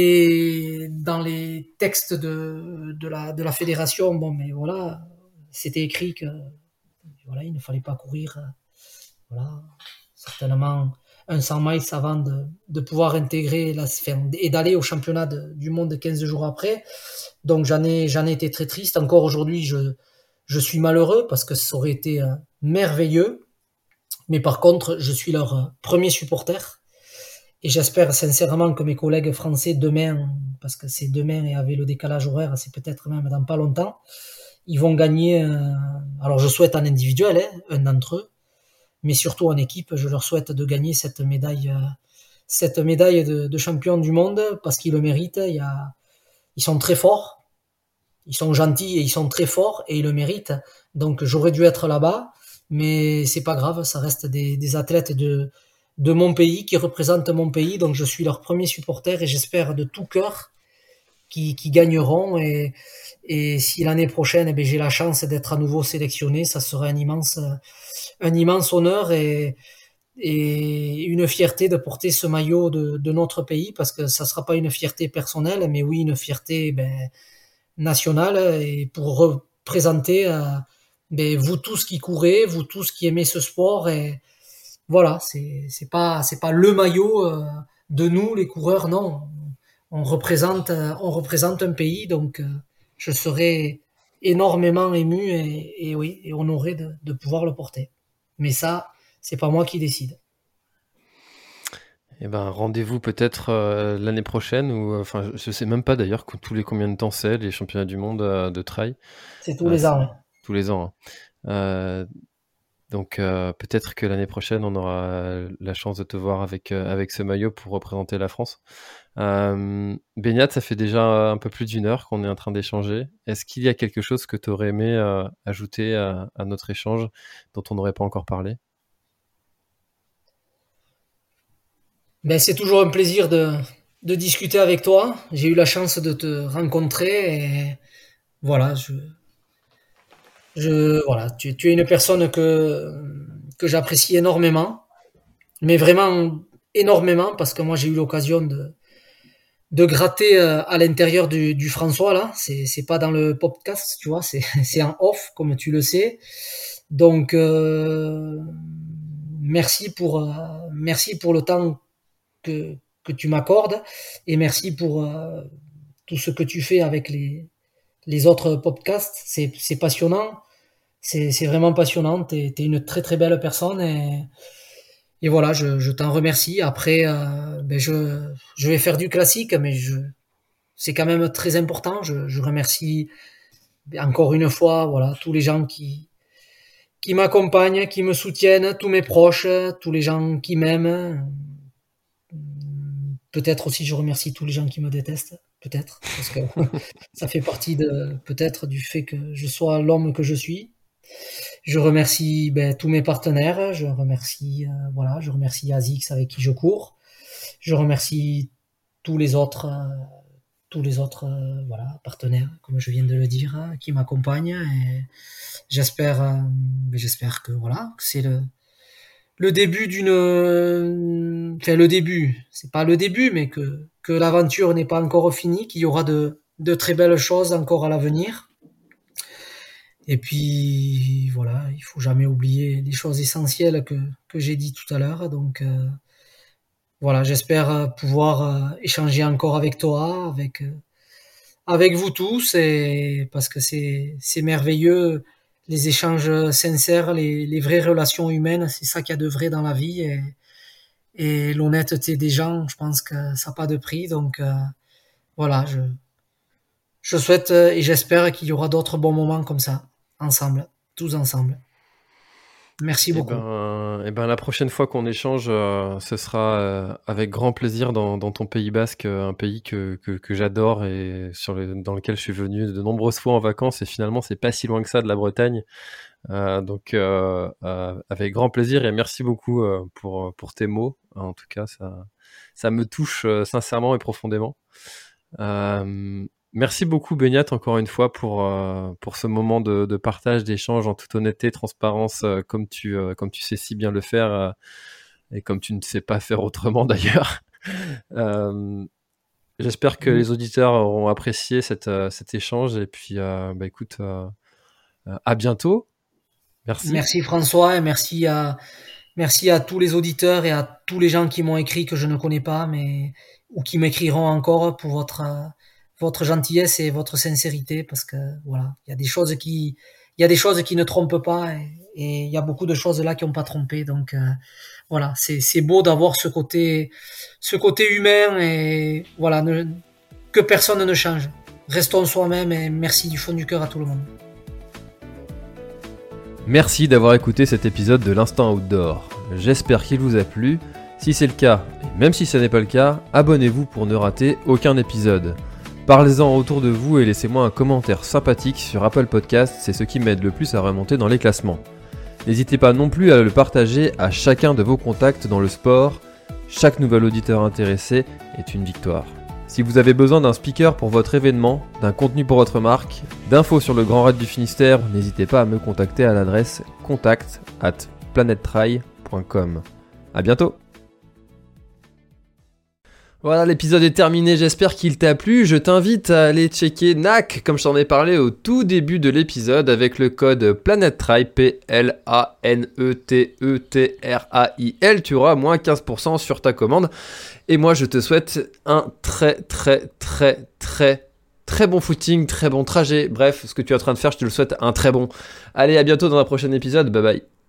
les textes de la fédération, bon, mais voilà, c'était écrit que voilà, il ne fallait pas courir. Voilà, certainement un 100 miles avant de pouvoir intégrer et d'aller au championnat du monde 15 jours après. Donc j'en ai été très triste. Encore aujourd'hui, je suis malheureux parce que ça aurait été merveilleux. Mais par contre, je suis leur premier supporter. Et j'espère sincèrement que mes collègues français demain, parce que c'est demain et avec le décalage horaire, c'est peut-être même dans pas longtemps, ils vont gagner. Alors je souhaite en individuel, un d'entre eux, mais surtout en équipe, je leur souhaite de gagner cette médaille de champion du monde parce qu'ils le méritent. Ils sont très forts, ils sont gentils et ils sont très forts et ils le méritent. Donc j'aurais dû être là-bas, mais c'est pas grave, ça reste des athlètes de mon pays qui représentent mon pays. Donc je suis leur premier supporter et j'espère de tout cœur qu'ils gagneront. Et si l'année prochaine, eh bien, j'ai la chance d'être à nouveau sélectionné, ça sera un immense honneur et une fierté de porter ce maillot de notre pays parce que ça sera pas une fierté personnelle, mais oui une fierté nationale et pour représenter vous tous qui courez, vous tous qui aimez ce sport et voilà, c'est pas le maillot de nous les coureurs, non. On représente un pays, donc je serai énormément ému et oui, et honoré de pouvoir le porter. Mais ça, c'est pas moi qui décide. Eh ben, rendez-vous peut-être l'année prochaine ou enfin je sais même pas d'ailleurs tous les combien de temps c'est les championnats du monde de trail. C'est tous les ans. Ouais. Tous les ans. Hein. Donc peut-être que l'année prochaine on aura la chance de te voir avec ce maillot pour représenter la France. Beñat, ça fait déjà un peu plus d'1 heure qu'on est en train d'échanger. Est-ce qu'il y a quelque chose que tu aurais aimé ajouter à notre échange dont on n'aurait pas encore parlé ? C'est toujours un plaisir de discuter avec toi. J'ai eu la chance de te rencontrer et voilà, voilà, tu es une personne que j'apprécie énormément, mais vraiment énormément parce que moi j'ai eu l'occasion de gratter à l'intérieur du François là. C'est pas dans le podcast, tu vois, c'est en off comme tu le sais. Donc merci pour le temps que tu m'accordes et merci pour tout ce que tu fais avec les autres podcasts. C'est passionnant, c'est vraiment passionnant. T'es une très très belle personne et voilà, je t'en remercie. Après, je vais faire du classique, mais c'est quand même très important. Je remercie encore une fois, voilà, tous les gens qui m'accompagnent, qui me soutiennent, tous mes proches, tous les gens qui m'aiment. Peut-être aussi je remercie tous les gens qui me détestent, peut-être, parce que ça fait partie peut-être du fait que je sois l'homme que je suis. Je remercie tous mes partenaires, je remercie ASICS avec qui je cours. Je remercie tous les autres partenaires, comme je viens de le dire, qui m'accompagnent et j'espère que voilà, que c'est le début le début, c'est pas le début, mais que l'aventure n'est pas encore finie, qu'il y aura de très belles choses encore à l'avenir. Et puis voilà, il faut jamais oublier les choses essentielles que j'ai dit tout à l'heure. Donc voilà, j'espère pouvoir échanger encore avec toi, avec vous tous, et parce que c'est merveilleux, les échanges sincères, les vraies relations humaines, c'est ça qu'il y a de vrai dans la vie, et l'honnêteté des gens, je pense que ça n'a pas de prix. Donc voilà, je souhaite et j'espère qu'il y aura d'autres bons moments comme ça, ensemble, tous ensemble. Merci beaucoup. La prochaine fois qu'on échange, ce sera avec grand plaisir dans ton Pays Basque, un pays que j'adore et dans lequel je suis venu de nombreuses fois en vacances, et finalement c'est pas si loin que ça de la Bretagne. Donc avec grand plaisir, et merci beaucoup pour tes mots. En tout cas, ça me touche sincèrement et profondément. Merci beaucoup Beñat, encore une fois, pour ce moment de partage, d'échange en toute honnêteté, transparence, comme tu sais si bien le faire, et comme tu ne sais pas faire autrement d'ailleurs. J'espère que les auditeurs auront apprécié cet échange, et puis écoute, à bientôt. Merci. Merci François, et merci à tous les auditeurs et à tous les gens qui m'ont écrit que je ne connais pas, ou qui m'écriront encore, pour votre gentillesse et votre sincérité, parce que voilà, il y a des choses qui ne trompent pas, et il y a beaucoup de choses là qui n'ont pas trompé. Donc voilà, c'est beau d'avoir ce côté humain, et voilà, que personne ne change. Restons soi-même, et merci du fond du cœur à tout le monde. Merci d'avoir écouté cet épisode de l'Instant Outdoor. J'espère qu'il vous a plu. Si c'est le cas, et même si ce n'est pas le cas, abonnez-vous pour ne rater aucun épisode. Parlez-en autour de vous et laissez-moi un commentaire sympathique sur Apple Podcast, c'est ce qui m'aide le plus à remonter dans les classements. N'hésitez pas non plus à le partager à chacun de vos contacts dans le sport. Chaque nouvel auditeur intéressé est une victoire. Si vous avez besoin d'un speaker pour votre événement, d'un contenu pour votre marque, d'infos sur le Grand Raid du Finistère, n'hésitez pas à me contacter à l'adresse contact@planettry.com. À bientôt. Voilà, l'épisode est terminé, j'espère qu'il t'a plu. Je t'invite à aller checker NAC, comme je t'en ai parlé au tout début de l'épisode, avec le code PLANETTRAIL, PLANETETRAIL. Tu auras moins 15% sur ta commande. Et moi, je te souhaite un très bon footing, très bon trajet. Bref, ce que tu es en train de faire, je te le souhaite un très bon. Allez, à bientôt dans un prochain épisode. Bye bye.